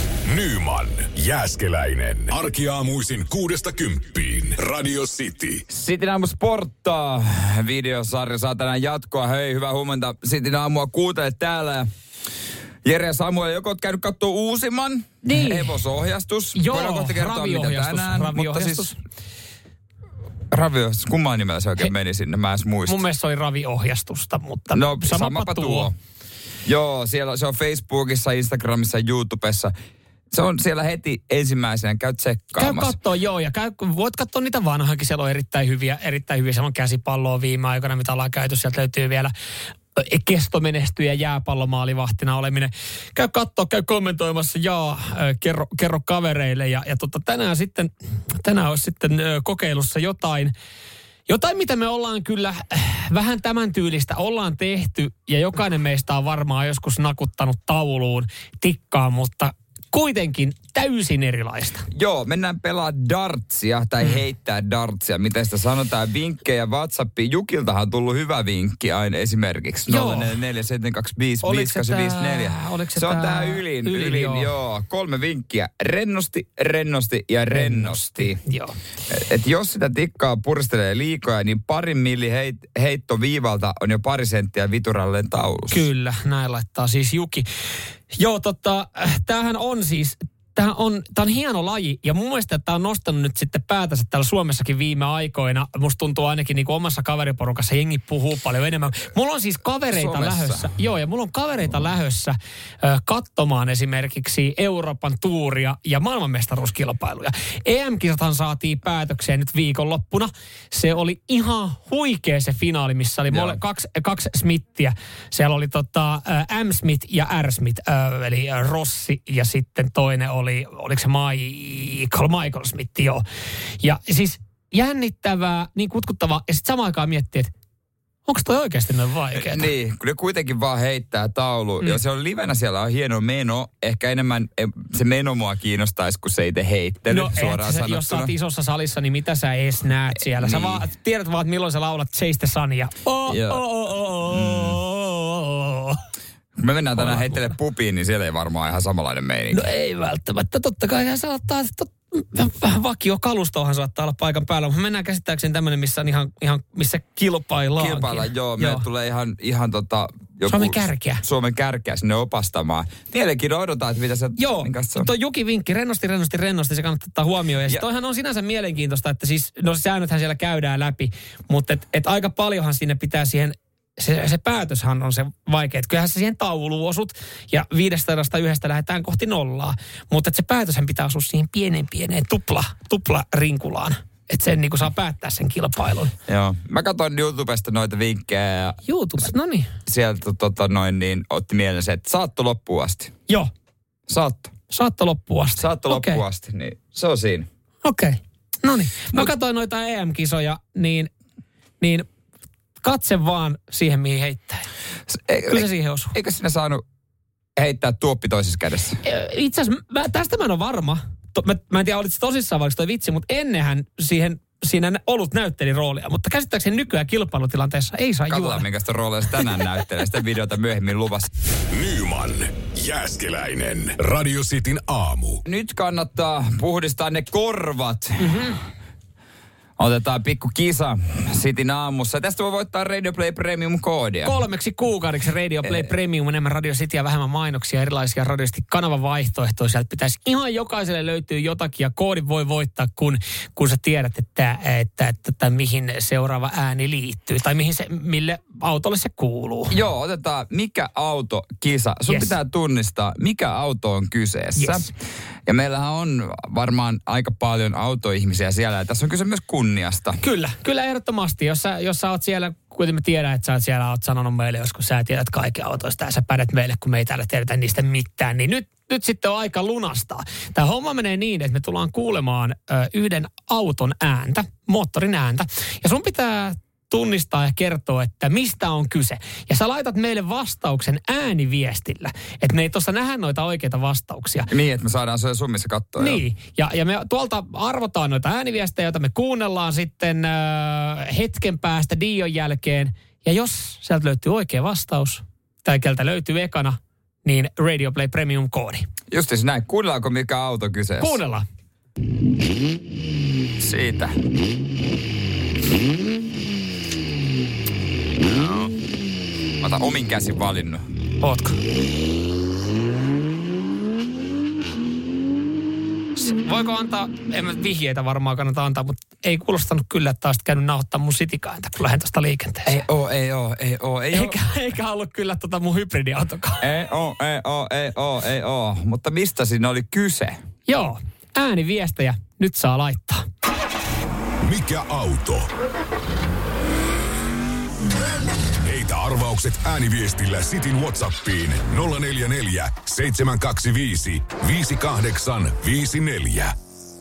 Nyman, Jääskeläinen. Arkiaamuisin kuudesta kymppiin. Radio City. Sitin aamu sporttaa. Videosarja saa tänään jatkoa. Hei, hyvää huomenta. Sitin aamua kuuntele täällä. Jere ja Samuel, joko oot käynyt katsoa uusimman? Niin. Hevosohjastus. Joo, voidaan kohta kertoa, mitä tänään. raviohjastus. Mutta siis, raviohjastus. Kumman nimellä se oikein He, meni sinne? Mä en muista. Mun mielestä se oli raviohjastus, mutta no, samapa, samapa tuo. tuo. Joo, siellä se on Facebookissa, Instagramissa, YouTubessa. Se on siellä heti ensimmäisenä, käy tsekkaamassa. Käy kattoo, joo, ja käy, voit katsoa niitä vanhakin, siellä on erittäin hyviä, erittäin hyviä. Siellä on käsipalloa viime aikoina, mitä ollaan käyty. Sieltä löytyy vielä kestomenestyjä jääpallomaalivahtina oleminen. Käy kattoo, käy kommentoimassa, jaa, kerro, kerro kavereille. Ja, ja tota, tänään sitten, tänään olisi sitten kokeilussa jotain, Jotain, mitä me ollaan kyllä vähän tämän tyylistä ollaan tehty, ja jokainen meistä on varmaan joskus nakuttanut tauluun tikkaan, mutta kuitenkin täysin erilaista. Joo, mennään pelaa dartsia tai mm. heittää dartsia. Miten sitä sanotaan? Vinkkejä WhatsAppiin. Jukiltahan on tullut hyvä vinkki aina esimerkiksi. nolla neljä neljä seitsemän kaksi viisi viisi kahdeksan viisi neljä. Se, se on tää ylin. ylin, ylin joo. joo. Kolme vinkkiä. Rennosti, rennosti ja rennosti. rennosti. Joo. Et, et jos sitä tikkaa puristelee liikoja, niin parin milli heit, heitto viivalta on jo pari senttiä vituralleen taulussa. Kyllä, näin laittaa siis Juki. Joo, tota, tämähän on siis, tämähän on, tämä on hieno laji, ja mun mielestä tämä on nostanut nyt sitten päätänsä täällä Suomessakin viime aikoina. Musta tuntuu ainakin niin kuin omassa kaveriporukassa jengi puhuu paljon enemmän. Mulla on siis kavereita Somessa. lähössä. Joo, ja mulla on kavereita lähössä äh, katsomaan esimerkiksi Euroopan tuuria ja maailmanmestaruuskilpailuja. E M-kisathan saatiin päätökseen nyt viikonloppuna. Se oli ihan huikea se finaali, missä oli mole, kaksi, kaksi Smithia. Siellä oli tota, äh, M-Smith ja R-Smith, äh, eli Rossi, ja sitten toinen oli Oli, oliko se Michael, Michael Smith, joo. Ja siis jännittävää, niin kutkuttavaa, ja sitten samaan aikaan miettii, että onko toi oikeasti noin vaikeaa? Niin, kun ne kuitenkin vaan heittää taulu. Mm. Ja se on livenä, siellä on hieno meno. Ehkä enemmän se meno mua kiinnostaisi, kun se itse heittely, no, suoraan se, sanottuna. Jos sä oot isossa salissa, niin mitä sä edes näet siellä? Niin. Sä vaan, tiedät vaan, että milloin sä laulat Chase the Sunia. Oh, oh, oh, oh, oh. Kun me mennään tänään heittelemään pubiin, niin siellä ei varmaan ihan samanlainen meininki. No ei välttämättä. Totta kai hän saattaa, tot, vähän vakiokalustoahan saattaa olla paikan päällä. Mutta mennään käsittääkseni tämmöinen, missä, on ihan, ihan, missä kilpaillaan. Kilpaillaan, joo. Meille tulee ihan, ihan tota, joku Suomen kärkeä. Suomen kärkeä sinne opastamaan. Mielenkiinnolla odotaan, että mitä se... Joo, tuo Juki vinkki, rennosti, rennosti, rennosti, se kannattaa ottaa huomioon. Ja, ja toihan on sinänsä mielenkiintoista, että siis, no säännöthän siellä käydään läpi, mutta et, et aika paljonhan sinne pitää siihen... Se, se päätöshän on se vaikea. Että kyllähän sä siihen tauluun osut ja viidestä yhdestä lähdetään kohti nollaa. Mutta se päätöshän pitää osua siihen pieneen pieneen tupla, tupla rinkulaan. Että sen niin kuin saa päättää sen kilpailun. Joo. Mä katsoin YouTubesta noita vinkkejä. Ja YouTubesta, no niin. Sieltä tota noin niin otti mieleen se, että saatto loppuun asti. Joo. Saatto. Saatto loppuun asti. Saatto okay. loppuun asti, niin se on siinä. Okei. Okay. No niin. Mä Mut... katsoin noita E M-kisoja, niin... niin katse vaan siihen, mihin heittää. E, Kyllä se siihen osuu. Eikö sinä saanut heittää tuoppi toisessa kädessä? Itse asiassa, mä, tästä mä en ole varma. To, mä, mä en tiedä, olit se tosissaan vai toi vitsi, mutta ennenhän siihen, siinä olut näytteli roolia. Mutta käsittääkseni nykyään kilpailutilanteessa ei saa Katsotaan, juoda. Katsotaan, minkä sitä roolia se tänään näyttelee. Sitä videota myöhemmin luvassa. Nyman, Jääskeläinen. Radio Cityn aamu. Nyt kannattaa puhdistaa ne korvat. Mm-hmm. Otetaan pikku kisa Cityn aamussa. Tästä voi voittaa Radio Play Premium-koodia. Kolmeksi kuukaudeksi Radio Play Premium, enemmän Radio Cityä, vähemmän mainoksia, erilaisia Radio City -kanavan vaihtoehtoja. Sieltä pitäisi ihan jokaiselle löytyy jotakin ja koodin voi voittaa, kun, kun sä tiedät, että, että, että, että, että mihin seuraava ääni liittyy tai mihin se, mille autolle se kuuluu. Joo, otetaan mikä auto kisa. Sun yes. pitää tunnistaa, mikä auto on kyseessä. Yes. Ja meillähän on varmaan aika paljon autoihmisiä siellä ja tässä on kyse myös kunniasta. Kyllä, kyllä ehdottomasti. Jos sä, jos sä oot siellä, kuten mä tiedän, että sä oot siellä, oot sanonut meille joskus, sä tiedät kaiken autoista ja sä pädet meille, kun me ei täällä tiedetä niistä mitään, niin nyt, nyt sitten on aika lunastaa. Tämä homma menee niin, että me tullaan kuulemaan ö, yhden auton ääntä, moottorin ääntä. Ja sun pitää tunnistaa ja kertoo, että mistä on kyse. Ja sä laitat meille vastauksen ääniviestillä. Että me ei tuossa nähdä noita oikeita vastauksia. Niin, että me saadaan se summissa katsoa. Niin, ja, ja me tuolta arvotaan noita ääniviestejä, joita me kuunnellaan sitten äh, hetken päästä Dion jälkeen. Ja jos sieltä löytyy oikea vastaus, tai keltä löytyy ekana, niin Radio Play Premium-koodi. Justiin näin. Kuunnellaanko mikä auto kyseessä? Kuunnellaan. Siitä. No. Mä otan omin käsin valinnut. Ootko? Voiko antaa, en mä vihjeitä varmaan kannata antaa, mutta ei kuulostanut kyllä, että olisit käynyt nauhoittamaan mun sitikainta, kun lähden tuosta liikenteeseen. Ei oo, ei oo, ei oo, ei eikä, oo. Eikä ollut kyllä tota mun hybridiautokaan. Ei oo, ei oo, ei oo, ei oo. Mutta mistä siinä oli kyse? Joo, ääniviestejä nyt saa laittaa. Mikä auto? Heitä arvaukset ääniviestillä Cityn WhatsAppiin nolla neljä neljä, seitsemän kaksi viisi, viisi kahdeksan viisi neljä.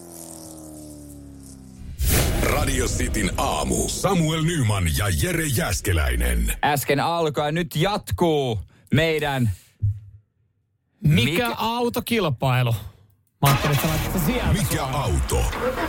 Radio Cityn aamu. Samuel Nyman ja Jere Jääskeläinen. Äsken alkoi ja nyt jatkuu meidän... Mikä, Mikä? autokilpailu? Mä ajattelin, että sä laitat sieltä. Mikä suoraan. Auto?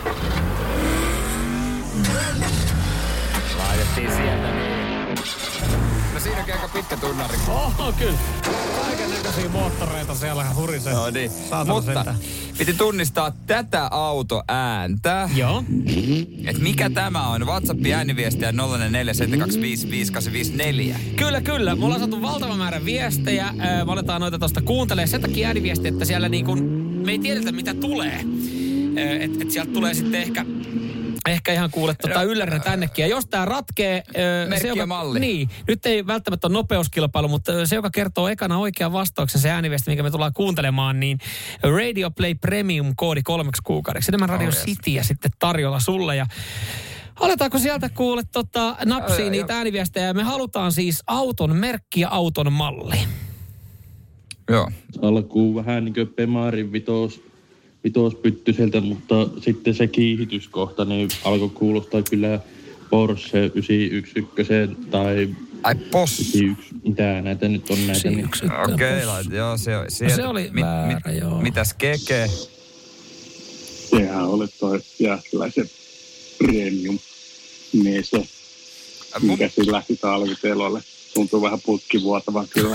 Laitettiin sieltä niin. No siinäkin aika pitkä tunnari. Oho, kyllä. Kaiken näköisiä moottoreita siellä hurisee. No niin. Mutta sentä. Piti tunnistaa tätä autoääntä. Joo. Et mikä tämä on? WhatsAppin ääniviestiä nolla neljä seitsemän kaksi viisi viisi kahdeksan viisi neljä. Kyllä, kyllä. Me ollaan saatu valtava määrä viestejä. Me aletaan noita tosta kuuntelemaan. Sen takia ääniviestiä, että siellä niin kun, me ei tiedetä mitä tulee. Että et sieltä tulee sitten ehkä... Ehkä ihan kuule tota ylläränä tännekin. Ja jos tää ratkee... Merkki ja malli. Niin. Nyt ei välttämättä ole nopeuskilpailu, mutta se, joka kertoo ekana oikean vastauksen, se ääniviesti, mikä me tullaan kuuntelemaan, niin Radio Play Premium-koodi kolmeksi kuukaudeksi. Enemmän Radio oh, Cityä sitten tarjolla sulle. Ja aletaanko sieltä kuule tota, napsia oh, niitä ääniviestejä? Me halutaan siis auton merkki ja auton malli. Joo. Alkuun vähän niin kuin Bemarin vitos. vitospyttyseltä, mutta sitten se kiihityskohta niin alkoi kuulostaa kyllä Porsche yhdeksänsataayksitoista tai ai Porsche. yhdeksänkymmentäyksi. Mitä näitä nyt on näitä? Niin. Okei, okay, joo, se, no, se oli mit, väärä, mit, joo. Mitäs Keke? Sehän oli toi Jääskeläisen premium mies, mikä Mun... siinä lähti talvitelolle. Tuntuu vähän putkivuotava kyllä.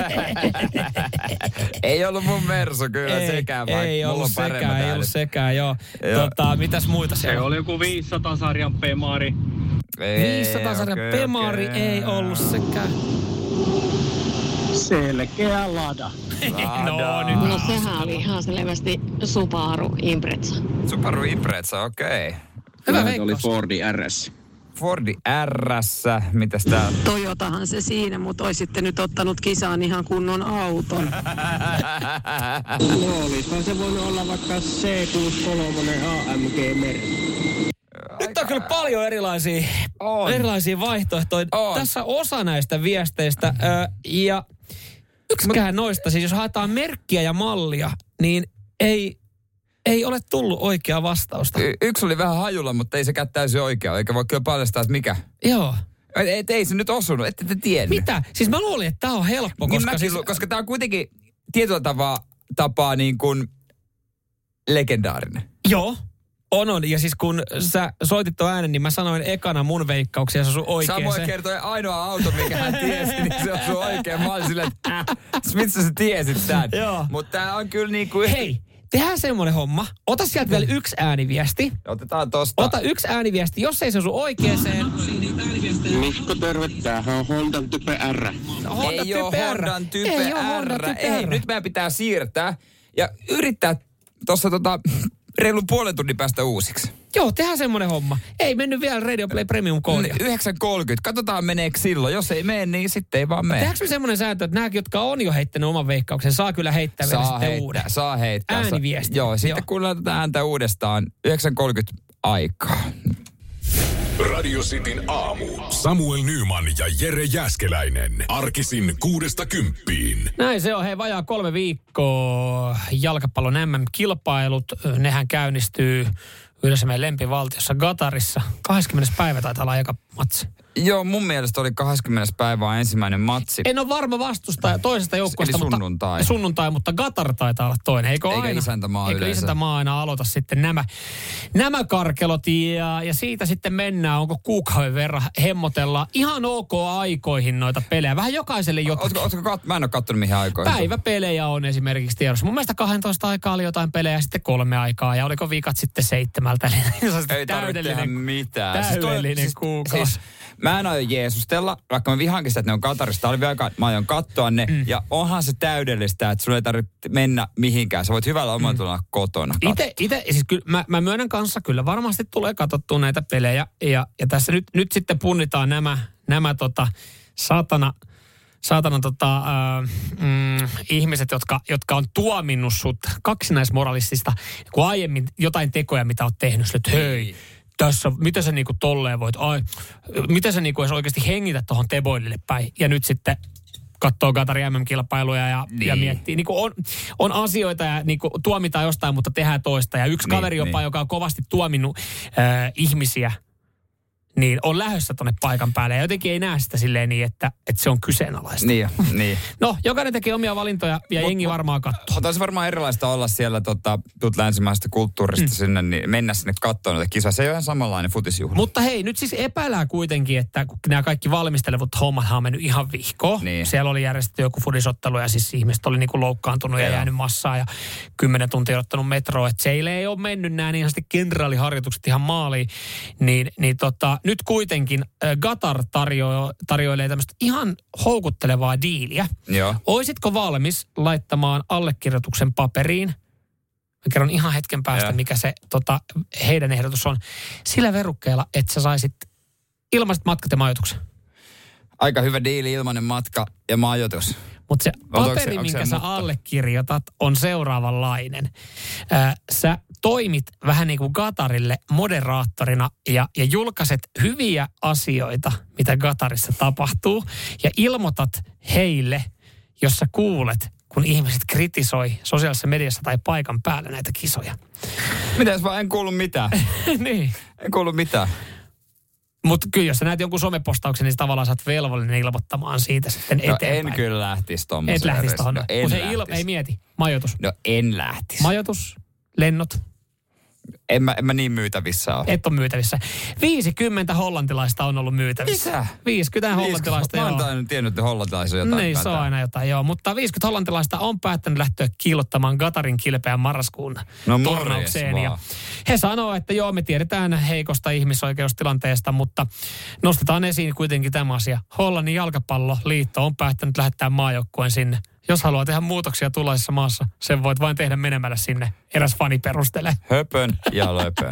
Ei ollut mun Mersu kyllä ei, sekään, vaikka ei mulla ollut on sekään, ei ollut sekään, joo. joo. Tota, mitäs muita siellä? Se oli joku viisisataa-sarjan Pemari. viisisataa-sarjan okay, Pemari okay. Ei ollut sekään. Selkeä Lada. no, nyt no sehän oli ihan selvästi Subaru Impreza. Subaru Impreza, okei. Okay. Hyvä veikkaus. Oli Fordi R S. Fordi R S, mitäs tää on? Toyotahan se siinä, mutta oisitte nyt ottanut kisaan ihan kunnon auton. No olisihan se voinut olla vaikka C kuusikymmentäkolme A M G Mersu. Nyt on kyllä paljon erilaisia, erilaisia vaihtoehtoja. On. Tässä osa näistä viesteistä. Ö, ja yksikään noista, siis jos haetaan merkkiä ja mallia, niin ei... Ei ole tullut oikeaa vastausta. Y- yksi oli vähän hajulla, mutta ei sekään täysin oikea. Eikä voi kyllä paljastaa, että mikä. Joo. Et, et, ei se nyt osunut, ette te tiennyt. Mitä? Siis mä luulin, että tää on helppo, niin koska... Siis... Lu- koska tää on kuitenkin tietyllä tapaa, tapaa niin kuin legendaarinen. Joo. On, on. Ja siis kun sä soitit tuon äänen, niin mä sanoin ekana mun veikkauksia, se osui oikein. Samoin kertoi ainoa auto, mikä hän tiesi, niin se osui oikein. Mä olin silleen, että äh, mistä sä tiesit tän? Joo. Mutta tää on kyllä niin kuin... Hei! Tehdään semmoinen homma. Ota sieltä vielä yksi ääniviesti. Otetaan tosta. Ota yksi ääniviesti. Jos ei se osu oikeeseen... Mikko, terve. Tämähän on Hondan Type R. No, Honda ei type ole R. Hondan Type ei R. Honda type Ei, R. nyt meidän pitää siirtää ja yrittää tuossa tota, reilun puolen tunnin päästä uusiksi. Joo, tehdään semmoinen homma. Ei mennyt vielä Radio Play Premium-koodia. yhdeksän kolmekymmentä. Katsotaan meneekö silloin. Jos ei mene, niin sitten ei vaan mene. Tehdäänkö me semmoinen sääntö, että nämä, jotka on jo heittänyt oman veikkauksen, saa kyllä heittää saa vielä sitten heittää, uuden. Saa heittää. Ääniviesti. Joo, sitten kuunnellaan tätä ääntä uudestaan. yhdeksän kolmekymmentä aikaa. Radio Cityn aamu. Samuel Nyman ja Jere Jääskeläinen. Arkisin kuudesta kymppiin. Näin se on. Hei, vajaa kolme viikkoa jalkapallon M M-kilpailut. Nehän käynnistyy yhdessä meidän lempivaltiossa Qatarissa. kahdeskymmenes päivä taitaa olla aika matsi. Joo, mun mielestä oli kahdeskymmenes päivä ensimmäinen matsi. En ole varma vastustaja toisesta joukkueesta. Eli sunnuntai. Mutta, sunnuntai, mutta Qatar taitaa olla toinen. Eikö Eikä aina, isäntämaa eikö yleensä. isäntämaa aina aloita sitten nämä, nämä karkelot ja, ja siitä sitten mennään. Onko kuukauden verran hemmotella ihan ok aikoihin noita pelejä. Vähän jokaiselle jotakin. Ootko, ootko kat- mä en ole kattonut mihin aikoihin. Päiväpelejä on esimerkiksi tiedossa. Mun mielestä kahdentoista aikaa oli jotain pelejä, sitten kolme aikaa ja oliko vikat sitten seitsemältä. Eli se ei tarvitse tehdä mitään. Täydellinen siis toi, kuukausi. Siis, mä en aio jeesustella, vaikka mä vihaankin sitä, että ne on Katarista talviaikaan, mä aion katsoa ne. Mm. Ja onhan se täydellistä, että sulla ei tarvitse mennä mihinkään. Sä voit hyvällä omalla mm. tulla kotona. Ite, ite, siis kyllä, mä, mä myönnän kanssa, kyllä varmasti tulee katsottua näitä pelejä. Ja, ja tässä nyt, nyt sitten punnitaan nämä, nämä tota, saatana, saatana tota, äh, mm, ihmiset, jotka, jotka on tuominnut sut kaksinaismoralistista, kun aiemmin jotain tekoja, mitä oot tehnyt, että hei, tässä, miten sä niinku tolleen voit, ai, miten sä niinku edes oikeasti hengitä tuohon Teboilille päin. Ja nyt sitten katsoo Qatarin M M-kilpailuja ja, niin. ja miettii. Niinku on, on asioita ja niinku tuomitaan jostain, mutta tehdään toista. Ja yksi niin, kaveri jopa, niin. joka on kovasti tuominnut äh, ihmisiä, niin on lähdössä tonne paikan päälle. Ja jotenkin ei näe sitä silleen niin, että, että se on kyseenalaista. Niin, niin. No, jokainen tekee omia valintoja ja mut, jengi varmaan katsoo. Mutta olisi varmaan erilaista olla siellä, tota, tuut länsimaista kulttuurista mm. sinne, niin mennä sinne katsoa noita kisoja. Se ei ole ihan samanlainen futisjuhla. Mutta hei, nyt siis epäilää kuitenkin, että kun nämä kaikki valmistelevat hommathan on mennyt ihan vihkoon. Niin. Siellä oli järjestetty joku futisottelu ja siis ihmiset oli niinku loukkaantunut ja, ja jäänyt massaan ja kymmenen tuntia ottanut metroa. Että siellä ei ole mennyt nämä niin sanotusti kenraaliharjoitukset ihan maaliin. Niin, niin tota, nyt kuitenkin äh, Qatar tarjo- tarjoilee tämmöistä ihan houkuttelevaa diiliä. Joo. Oisitko valmis laittamaan allekirjoituksen paperiin? Mä kerron ihan hetken päästä, ja. mikä se tota, heidän ehdotus on. Sillä verukkeella, että sä saisit ilmaiset matkat ja majoituksen. Aika hyvä diili, ilmainen matka ja majoitus. Mutta se paperi, se, minkä sä mutta? allekirjoitat, on seuraavanlainen. Äh, sä toimit vähän niin kuin Qatarille moderaattorina ja, ja julkaiset hyviä asioita, mitä Qatarissa tapahtuu. Ja ilmoitat heille, jos sä kuulet, kun ihmiset kritisoi sosiaalisessa mediassa tai paikan päällä näitä kisoja. Mitäs vaan en kuullut mitään. niin. En kuullut mitään. Mutta kyllä, jos sä näet jonkun somepostauksen, niin tavallaan sä oot velvollinen ilmoittamaan siitä sitten eteenpäin. No en kyllä lähtisi tommoseen. Et lähtisi tohon. No en lähtisi. Il- ei mieti. Majoitus. No en lähtisi. Majoitus, lennot. En mä, en mä niin myytävissä ole. Et ole myytävissä. viisikymmentä hollantilaista on ollut myytävissä. Mitä? viisikymmentä hollantilaista, joo. joo. Mä oon tiennyt, että hollantilaisia jotain. Niin, se on aina jotain, joo. Mutta viisikymmentä hollantilaista on päättänyt lähteä kiillottamaan Qatarin kilpeä marraskuun no, turnaukseen. Ja he sanoo, että joo, me tiedetään heikosta ihmisoikeustilanteesta, mutta nostetaan esiin kuitenkin tämä asia. Hollannin jalkapalloliitto on päättänyt lähettää maajoukkueen sinne. Jos haluaa tehdä muutoksia tullaisessa maassa, sen voit vain tehdä menemällä sinne. Eräs fani perustelee. Höpön ja löpön.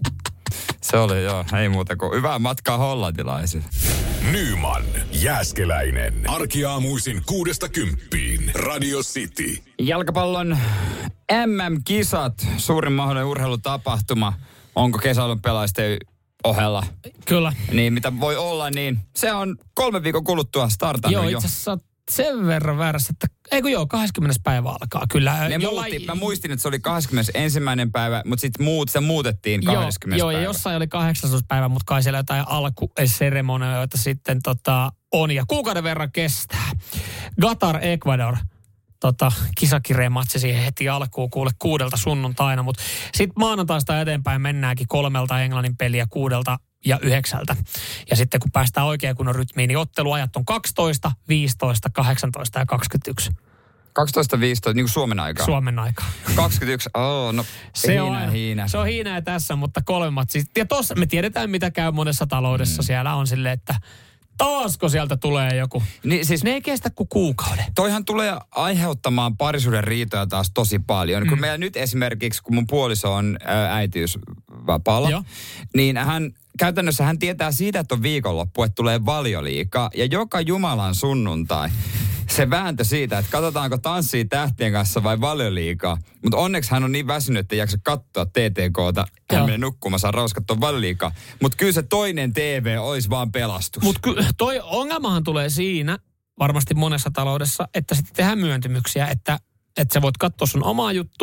Se oli joo, ei muuta kuin hyvää matkaa hollantilaisille. Nyman, Jääskeläinen. Arkiaamuisin kuudesta kymppiin. Radio City. Jalkapallon M M-kisat, suurin mahdollinen urheilutapahtuma. Onko kesäolympialaisten ohella? Kyllä. Niin mitä voi olla, niin se on kolme viikon kuluttua startannut jo. Joo, itse asiassa sen verran väärässä, että eikö joo, kahdeskymmenes päivä alkaa kyllä. Ne Jollain... muutti, mä muistin, että se oli kahdeskymmenesensimmäinen päivä, mutta sitten muut, se muutettiin kahdeskymmenes joo, päivä. Joo, ja jossain oli kahdeksastoista päivä, mutta kai siellä jotain alkuseremonioita sitten tota, on. Ja kuukauden verran kestää. Qatar, Ecuador. Tota, kisakireen matsi siihen heti alkuun kuule kuudelta sunnuntaina, mutta sitten maanantaista eteenpäin mennäänkin kolmelta Englannin peliä kuudelta ja yhdeksältä. Ja sitten kun päästään oikein kunnon rytmiin, niin otteluajat on kaksitoista, viisitoista, kahdeksantoista ja kaksikymmentäyksi. kaksitoista viisitoista, niin kuin Suomen aikaa. Suomen aikaa. kaksikymmentäyksi, oh, no se hiinä, on, hiinä. Se on hiinä tässä, mutta kolme matsia. Ja tuossa me tiedetään, mitä käy monessa taloudessa. Mm. Siellä on silleen, että taasko sieltä tulee joku. Niin, siis, ne ei kestä kuin kuukauden. Toihan tulee aiheuttamaan parisuuden riitoja taas tosi paljon. Mm. Kun meillä nyt esimerkiksi, kun mun puoliso on ä, äitiysvapaalla, Joo. niin hän käytännössä hän tietää siitä, että on viikonloppu, että tulee Valioliiga. Ja joka Jumalan sunnuntai se vääntö siitä, että katsotaanko Tanssii tähtien kanssa vai Valioliigaa. Mutta onneksi hän on niin väsynyt, että ei jaksa katsoa T T K:ta. Hän menee nukkumaan, saa rauskattua Valioliigaa. Mutta kyllä se toinen T V olisi vaan pelastus. Mutta toi ongelmahan tulee siinä, varmasti monessa taloudessa, että sitten tehdään myöntymyksiä, että, että sä voit katsoa sun omaa juttua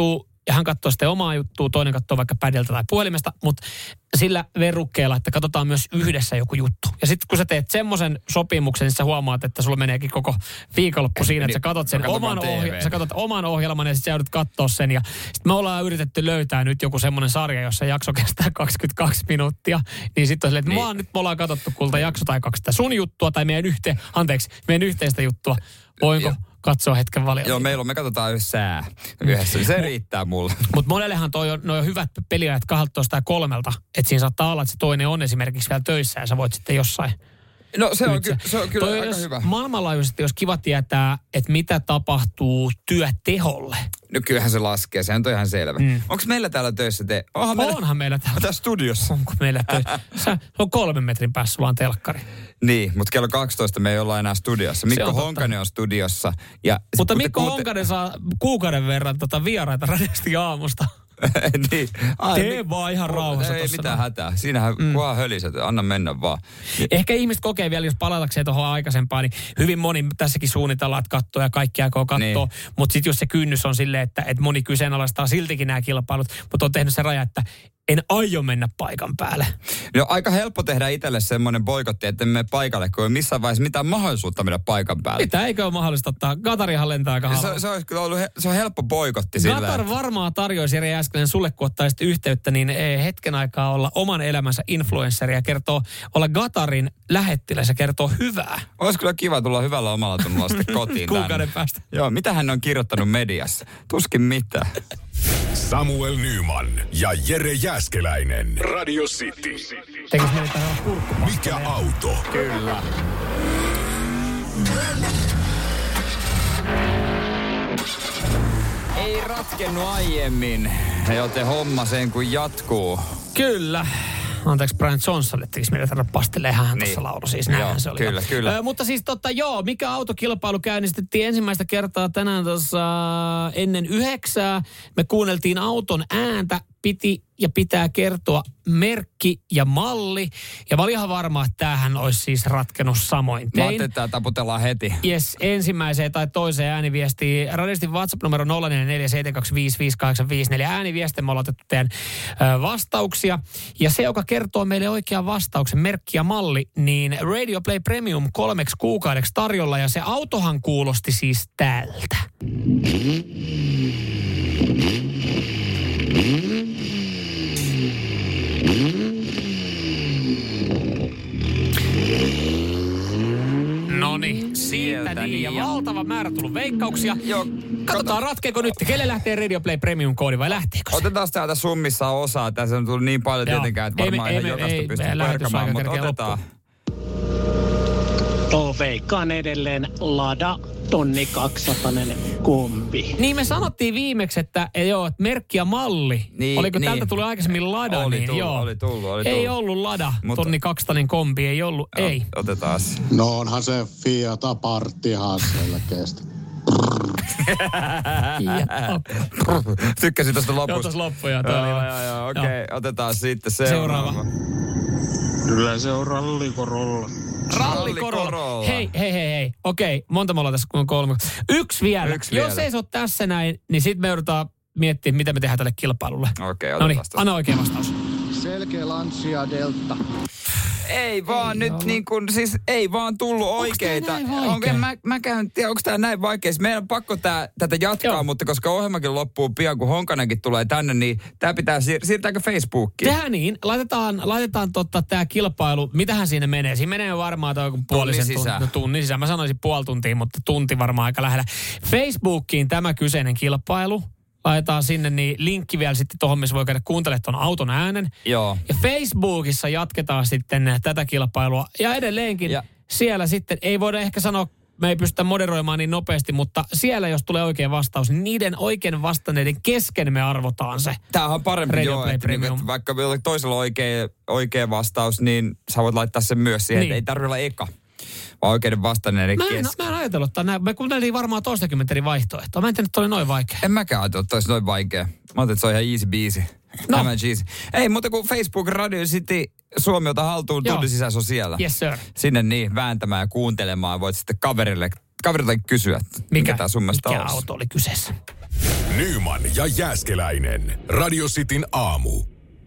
ja hän katsoo sitten omaa juttua, toinen katsoo vaikka pädeltä tai puhelimesta, mutta sillä verukkeella, että katsotaan myös yhdessä joku juttu. Ja sitten kun sä teet semmoisen sopimuksen, niin sä huomaat, että sulla meneekin koko viikonloppu siinä, että sä katsot sen oman, ohja- sä katsot oman ohjelman ja sitten sä joudut katsoa sen. Ja sitten me ollaan yritetty löytää nyt joku semmoinen sarja, jossa jakso kestää kaksikymmentäkaksi minuuttia. Niin sitten on silleen, että niin. nyt me ollaan katsottu kulta jakso tai kaksi sitä sun juttua tai meidän, yhteen, anteeksi, meidän yhteistä juttua. Voinko? Ja. Katsoa hetken valiota. Joo, meillä on, me katsotaan yhdessä sää yhdessä. Se riittää mulle. Mutta monellehan toi on, noi on hyvät peliajat kaksitoista ja kolmelta. Että siinä saattaa olla, että se toinen on esimerkiksi vielä töissä ja sä voit sitten jossain. No se on, ky- se on kyllä aika jos, hyvä. Maailmanlaajuisesti olisi kiva tietää, että mitä tapahtuu työteholle. No kyllähän se laskee, se on ihan selvä. Mm. Onko meillä täällä töissä te? Onhan meillä, Onhan meillä täällä. Täällä studiossa. Onko meillä töissä? Se on kolmen metrin päässä, sulla on telkkari. Niin, mutta kello kaksitoista me ei olla enää studiossa. Mikko on Honkanen on studiossa. Ja mutta Mikko kuute... Honkanen saa kuukauden verran tota vieraita radiosti aamusta. niin. Ai, Tee mi- vaan ihan rauhassa. Ei mitään no. hätää. Siinähän mm. vaan höliset, anna mennä vaan. Ehkä ihmiset kokee vielä, jos palatakseen tuohon aikaisempaan, niin hyvin moni tässäkin suunnitellaan, että katsoo ja kaikki aikoo katsoa. Niin. Mutta sitten jos se kynnys on silleen, että, että moni kyseenalaistaa siltikin nämä kilpailut, mutta on tehnyt se raja, että en aio mennä paikan päälle. No aika helppo tehdä itselle semmoinen boikotti, että emme mene paikalle, kun ei missään vaiheessa mitään mahdollisuutta mennä paikan päälle. Mitä, eikö ole mahdollista ottaa? Gatarihan lentää aika halvalla. Se, se, olisi kyllä ollut, se on helppo boikotti sillä. Gatar että... varmaan tarjoisi Jere Jääskeläinen sulle, kun ottaisit yhteyttä, niin hetken aikaa olla oman elämänsä influenssari ja kertoo, olla Gatarin lähettiläs ja kertoo hyvää. Olisi kyllä kiva tulla hyvällä omalla tunnolla sitten kotiin. Kuukauden päästä. Joo, mitä hän on kirjoittanut mediassa? Tuskin mitään. Samuel Nyman ja Jere Jääskeläinen. Radio City. Tekis meille tähän kurkkupasta. Mikä auto? Kyllä. Ei ratkennut aiemmin, joten homma sen kun jatkuu. Kyllä. Anteeksi, Brian Johnsonille tekisi meille tällä pasteleehän hän niin. tuossa laulu. Siis näinhän se oli. Kyllä, kyllä. Ö, mutta siis totta joo, mikä autokilpailu käynnistettiin ensimmäistä kertaa tänään tuossa ennen yhdeksää. Me kuunneltiin auton ääntä, piti ja pitää kertoa merkki ja malli. Ja mä olin ihan varma, että tämähän olisi siis ratkennut samoin tein. Mä ajattelin, että taputellaan heti. Yes, ensimmäiseen tai toiseen ääniviestiin. Radistin WhatsApp-numero nolla neljä neljä seitsemän kaksi viisi viisi kahdeksan viisi neljä ääniviestiin. Me ollaan otettu teidän ö, vastauksia. Ja se, joka kertoo meille oikean vastauksen, merkki ja malli, niin Radio Play Premium kolmeksi kuukaudeksi tarjolla. Ja se autohan kuulosti siis tältä. Noniin, siitä niin. Ja valtava määrä tullut veikkauksia. Joo, katsotaan, ratkeeko nyt. Kelle lähtee Radio Play Premium koodi vai lähteekö se? Otetaan täältä summissa osaa. Tässä on tullut niin paljon tietenkään, että varmaan ihan jokaista pystyy perkamaan, mutta otetaan. Tuo veikkaan edelleen Lada tonni kaksisataa kombi. Niin me sanottiin viimeksi, että joo, että merkki ja malli. Niin, Oliko niin. Tältä tuli aikaisemmin Lada? Oli niin, tullut, joo. oli tullut, oli Ei tullut. ollut Lada, Mutta... tonni kaksisataa kombi, ei ollut, joo, ei. Otetaan. No onhan se Fiat Abarth ihan selkeästi. Tykkäsin tuosta lopusta. Joo, tuossa loppuja. Joo, joo, joo, joo, okei. Okay. Otetaan sitten seuraava. seuraava. Kyllä se on rallikorolla. Rallikorolla. Hei, hei, hei, hei. Okei, monta me ollaan tässä kun kolme. Yksi vielä. Yksi Jos vielä. Ei se ole tässä näin, niin sitten me joudutaan miettimään, mitä me tehdään tälle kilpailulle. Okei, otetaan. Noniin, anna oikea vastaus. Selkeä Lancia Delta. Ei vaan ei nyt olla. Niin kuin, siis ei vaan tullut oikeita. Onko mä, mä käyn, tiedä, onko tää näin vaikea? Meidän on pakko tää, tätä jatkaa, Joo. mutta koska ohjelmakin loppuu pian, kun Honkanenkin tulee tänne, niin tää pitää siir- siirtääkö Facebookiin? Tehdään niin. Laitetaan, laitetaan totta tää kilpailu. Mitähän siinä menee? Siinä menee varmaan toi puolisen tunnin sisään. Tunti, tunnin sisään. Mä sanoisin puoli tuntia, mutta tunti varmaan aika lähellä. Facebookiin tämä kyseinen kilpailu. Laitetaan sinne niin linkki vielä sitten tuohon, missä voi käydä kuuntelemaan tuon auton äänen. Joo. Ja Facebookissa jatketaan sitten tätä kilpailua. Ja edelleenkin ja. Siellä sitten, ei voida ehkä sanoa, me ei pystytä moderoimaan niin nopeasti, mutta siellä jos tulee oikea vastaus, niin niiden oikein vastanneiden kesken me arvotaan se. Tämähän on parempi joo, että, että vaikka toisella oikea, oikea vastaus, niin sä voit laittaa sen myös siihen, niin. Että ei tarvitse olla eka. Vaan oikeiden vastanneiden mä kesken. Mä en ajatellut, että me kuunteltiin varmaan toistakymmentä eri vaihtoehtoa. Mä en tiedä, että oli noin vaikea. En mäkään ajatellut, että olisi noin vaikea. Mä ajattelin, että se on ihan easy beasy. No. Easy. Ei, mutta kun Facebook Radio City Suomi ota haltuun, tunnin sisässä on siellä. Yes, sir. Sinne niin, vääntämään ja kuuntelemaan. Voit sitten kaverille, kaverille kysyä, että mikä, mikä tämä sun mielestä mikä olisi. auto oli kyseessä. Nyman ja Jääskeläinen. Radio Cityn aamu.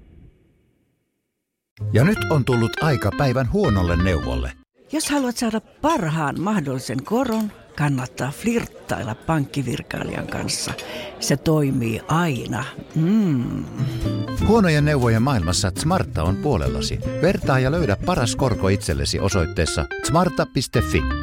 Ja nyt on tullut aika päivän huonolle neuvolle. Jos haluat saada parhaan mahdollisen koron, kannattaa flirttailla pankkivirkailijan kanssa. Se toimii aina. Mm. Huonojen neuvojen maailmassa Smarta on puolellasi. Vertaa ja löydä paras korko itsellesi osoitteessa smarta piste fi.